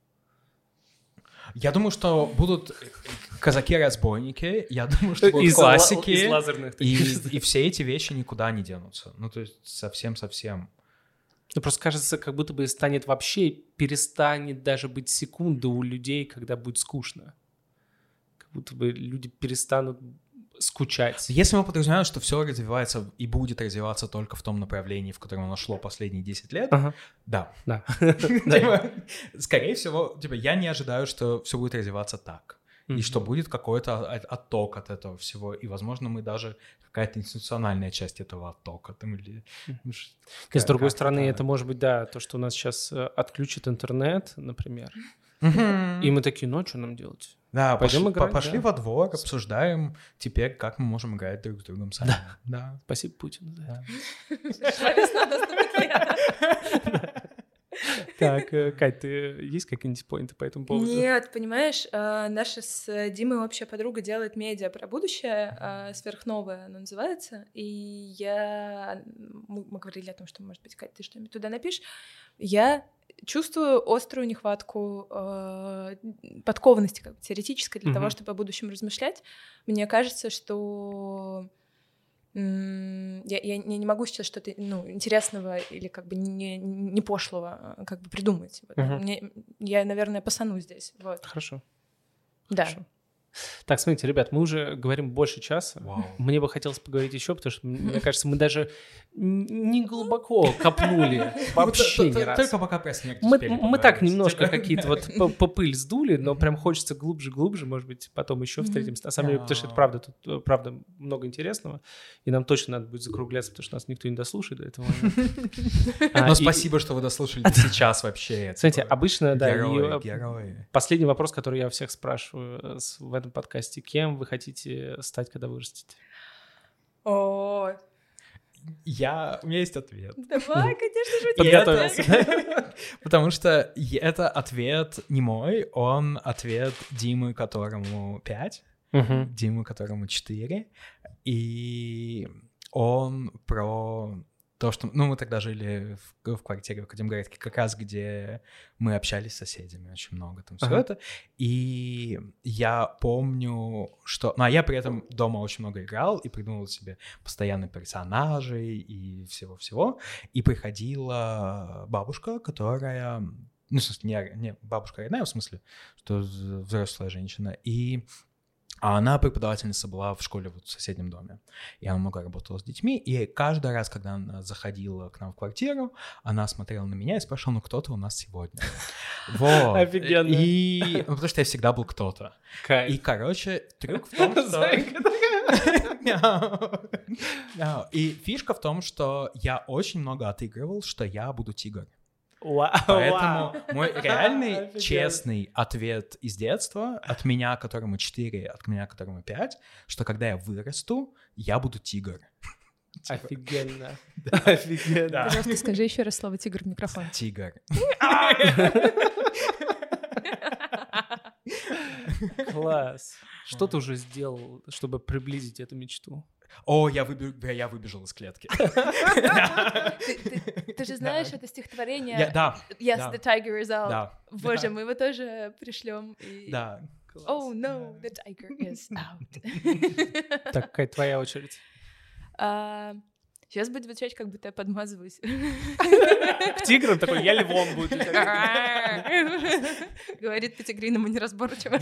A: Я думаю, что будут казаки-разбойники, я думаю, что будут классики, и все эти вещи никуда не денутся. Ну, то есть совсем-совсем.
B: Ну, просто кажется, как будто бы перестанет даже быть секунды у людей, когда будет скучно. Как будто бы люди перестанут скучать.
A: Если мы подразумеваем, что все развивается и будет развиваться только в том направлении, в котором оно шло последние 10 лет, да. Скорее всего, я не ожидаю, что все будет развиваться так. И что будет какой-то отток от этого всего. И, возможно, мы даже какая-то институциональная часть этого оттока.
B: С другой стороны, это может быть, да, то, что у нас сейчас отключат интернет, например. И мы такие, что нам делать?
A: Да, пошли во двор, обсуждаем теперь, как мы можем играть друг с другом сами.
B: Да. Спасибо Путину. Так, Кать, ты есть какие-нибудь поинты по этому поводу?
C: Нет, понимаешь, наша с Димой общая подруга делает медиа про будущее, «Сверхновая» оно называется, и мы говорили о том, что, может быть, Кать, ты что-нибудь туда напишешь. Я чувствую острую нехватку подкованности как бы, теоретической для того, чтобы о будущем размышлять. Мне кажется, что я не могу сейчас что-то интересного или как бы не пошлого как бы придумать. Я, наверное, пасану здесь. Вот.
B: Хорошо.
C: Да.
B: Хорошо. Так, смотрите, ребят, мы уже говорим больше часа.
A: Вау.
B: Мне бы хотелось поговорить еще, потому что, мне кажется, мы даже не глубоко копнули вообще ни разу.
A: Только пока про смерть
B: мы так немножко какие-то вот по пыль сдули, но прям хочется глубже, может быть, потом еще встретимся. На самом деле, потому что это правда, тут правда много интересного, и нам точно надо будет закругляться, потому что нас никто не дослушает до этого.
A: Но спасибо, что вы дослушали сейчас вообще.
B: Смотрите, обычно, да,
A: герои.
B: Последний вопрос, который я у всех спрашиваю в этом подкасте: кем вы хотите стать, когда вырастете?
C: О,
A: у меня есть ответ.
C: Давай, конечно же,
B: подготовился.
A: Потому что это ответ не мой, он ответ Димы, которому 5, Димы, которому 4, и он про то, что... мы тогда жили в квартире в Академгородке, как раз где мы общались с соседями очень много, там все это. И я помню, что... а я при этом дома очень много играл и придумывал себе постоянно персонажей и всего-всего. И приходила бабушка, которая... в смысле, не бабушка родная, в смысле, что взрослая женщина. А она преподавательница была в школе вот в соседнем доме. И она много работала с детьми. И каждый раз, когда она заходила к нам в квартиру, она смотрела на меня и спрашивала: кто ты у нас сегодня? Вот.
B: Офигенно.
A: И... потому что я всегда был кто-то. И, короче, трюк в том, что... И фишка в том, что я очень много отыгрывал, что я буду тигр. Поэтому мой реальный, честный ответ из детства от меня, которому 4, от меня, которому 5, что когда я вырасту, я буду тигр.
B: Офигенно. Офигенно.
C: Пожалуйста, скажи еще раз слово «тигр» в микрофон.
A: Тигр.
B: Класс. Что ты уже сделал, чтобы приблизить эту мечту?
A: Я выбежал из клетки.
C: Ты же знаешь это стихотворение?
A: Да.
C: Yes, the tiger is out.
A: Да.
C: Боже, мы его тоже пришлем.
A: Да.
C: Oh no, the tiger is out.
B: Так, Кать, твоя очередь.
C: Сейчас будет звучать, как будто я подмазываюсь.
B: К тиграм такой: я львом буду.
C: Говорит по-тигриному неразборчиво.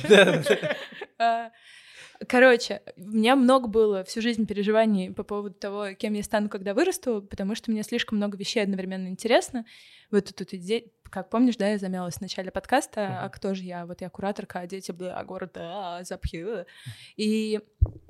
C: Короче, у меня много было всю жизнь переживаний по поводу того, кем я стану, когда вырасту, потому что мне слишком много вещей одновременно интересно. Вот тут идея, как помнишь, да, я замялась в начале подкаста, а кто же я? Вот я кураторка, а дети, город, запахи. И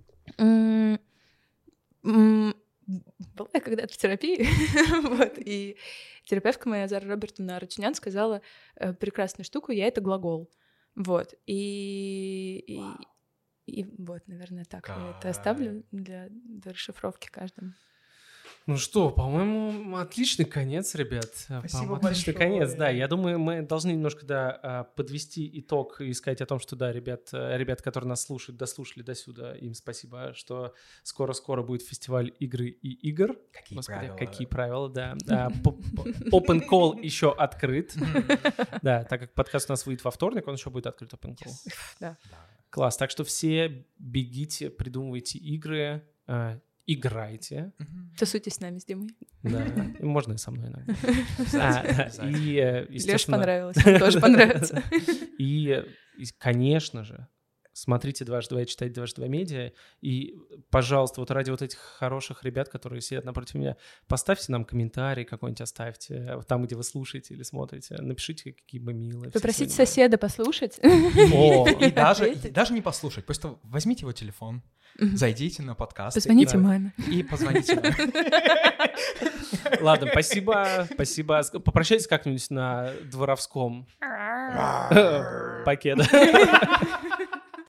C: была я когда-то в терапии, вот, и терапевтка моя, Зара Робертовна Арутюнян, сказала прекрасную штуку: я — это глагол. Вот, и вот, наверное, так я это оставлю для расшифровки каждому.
B: Ну что, по-моему, отличный конец, ребят.
A: Спасибо
B: отличный
A: большое.
B: конец, да. Я думаю, мы должны немножко, подвести итог и сказать о том, что, да, ребят, которые нас слушают, дослушали до сюда, им спасибо, что скоро-скоро будет фестиваль игры и игр. Какие правила, да. Open Call еще открыт. Да, так как подкаст у нас выйдет во вторник, он еще будет открыт, Open Call.
C: Да.
B: Класс. Так что все бегите, придумывайте игры, играйте.
C: Тусуйтесь с нами, с Димой.
B: Да, можно и со мной иногда.
A: Обязательно.
C: Лёше понравилось, тоже понравится.
B: И, конечно же, смотрите «Дважды 2» и читайте «Дважды 2 медиа». И, пожалуйста, вот ради вот этих хороших ребят, которые сидят напротив меня, поставьте нам комментарий какой-нибудь, оставьте там, где вы слушаете или смотрите. Напишите, какие мы милые.
C: Попросите соседа послушать.
A: И даже не послушать, просто возьмите его телефон, зайдите на подкаст.
C: Позвоните маме.
A: И позвоните маме.
B: Ладно, спасибо. Попрощайтесь как-нибудь на дворовском. Покеда.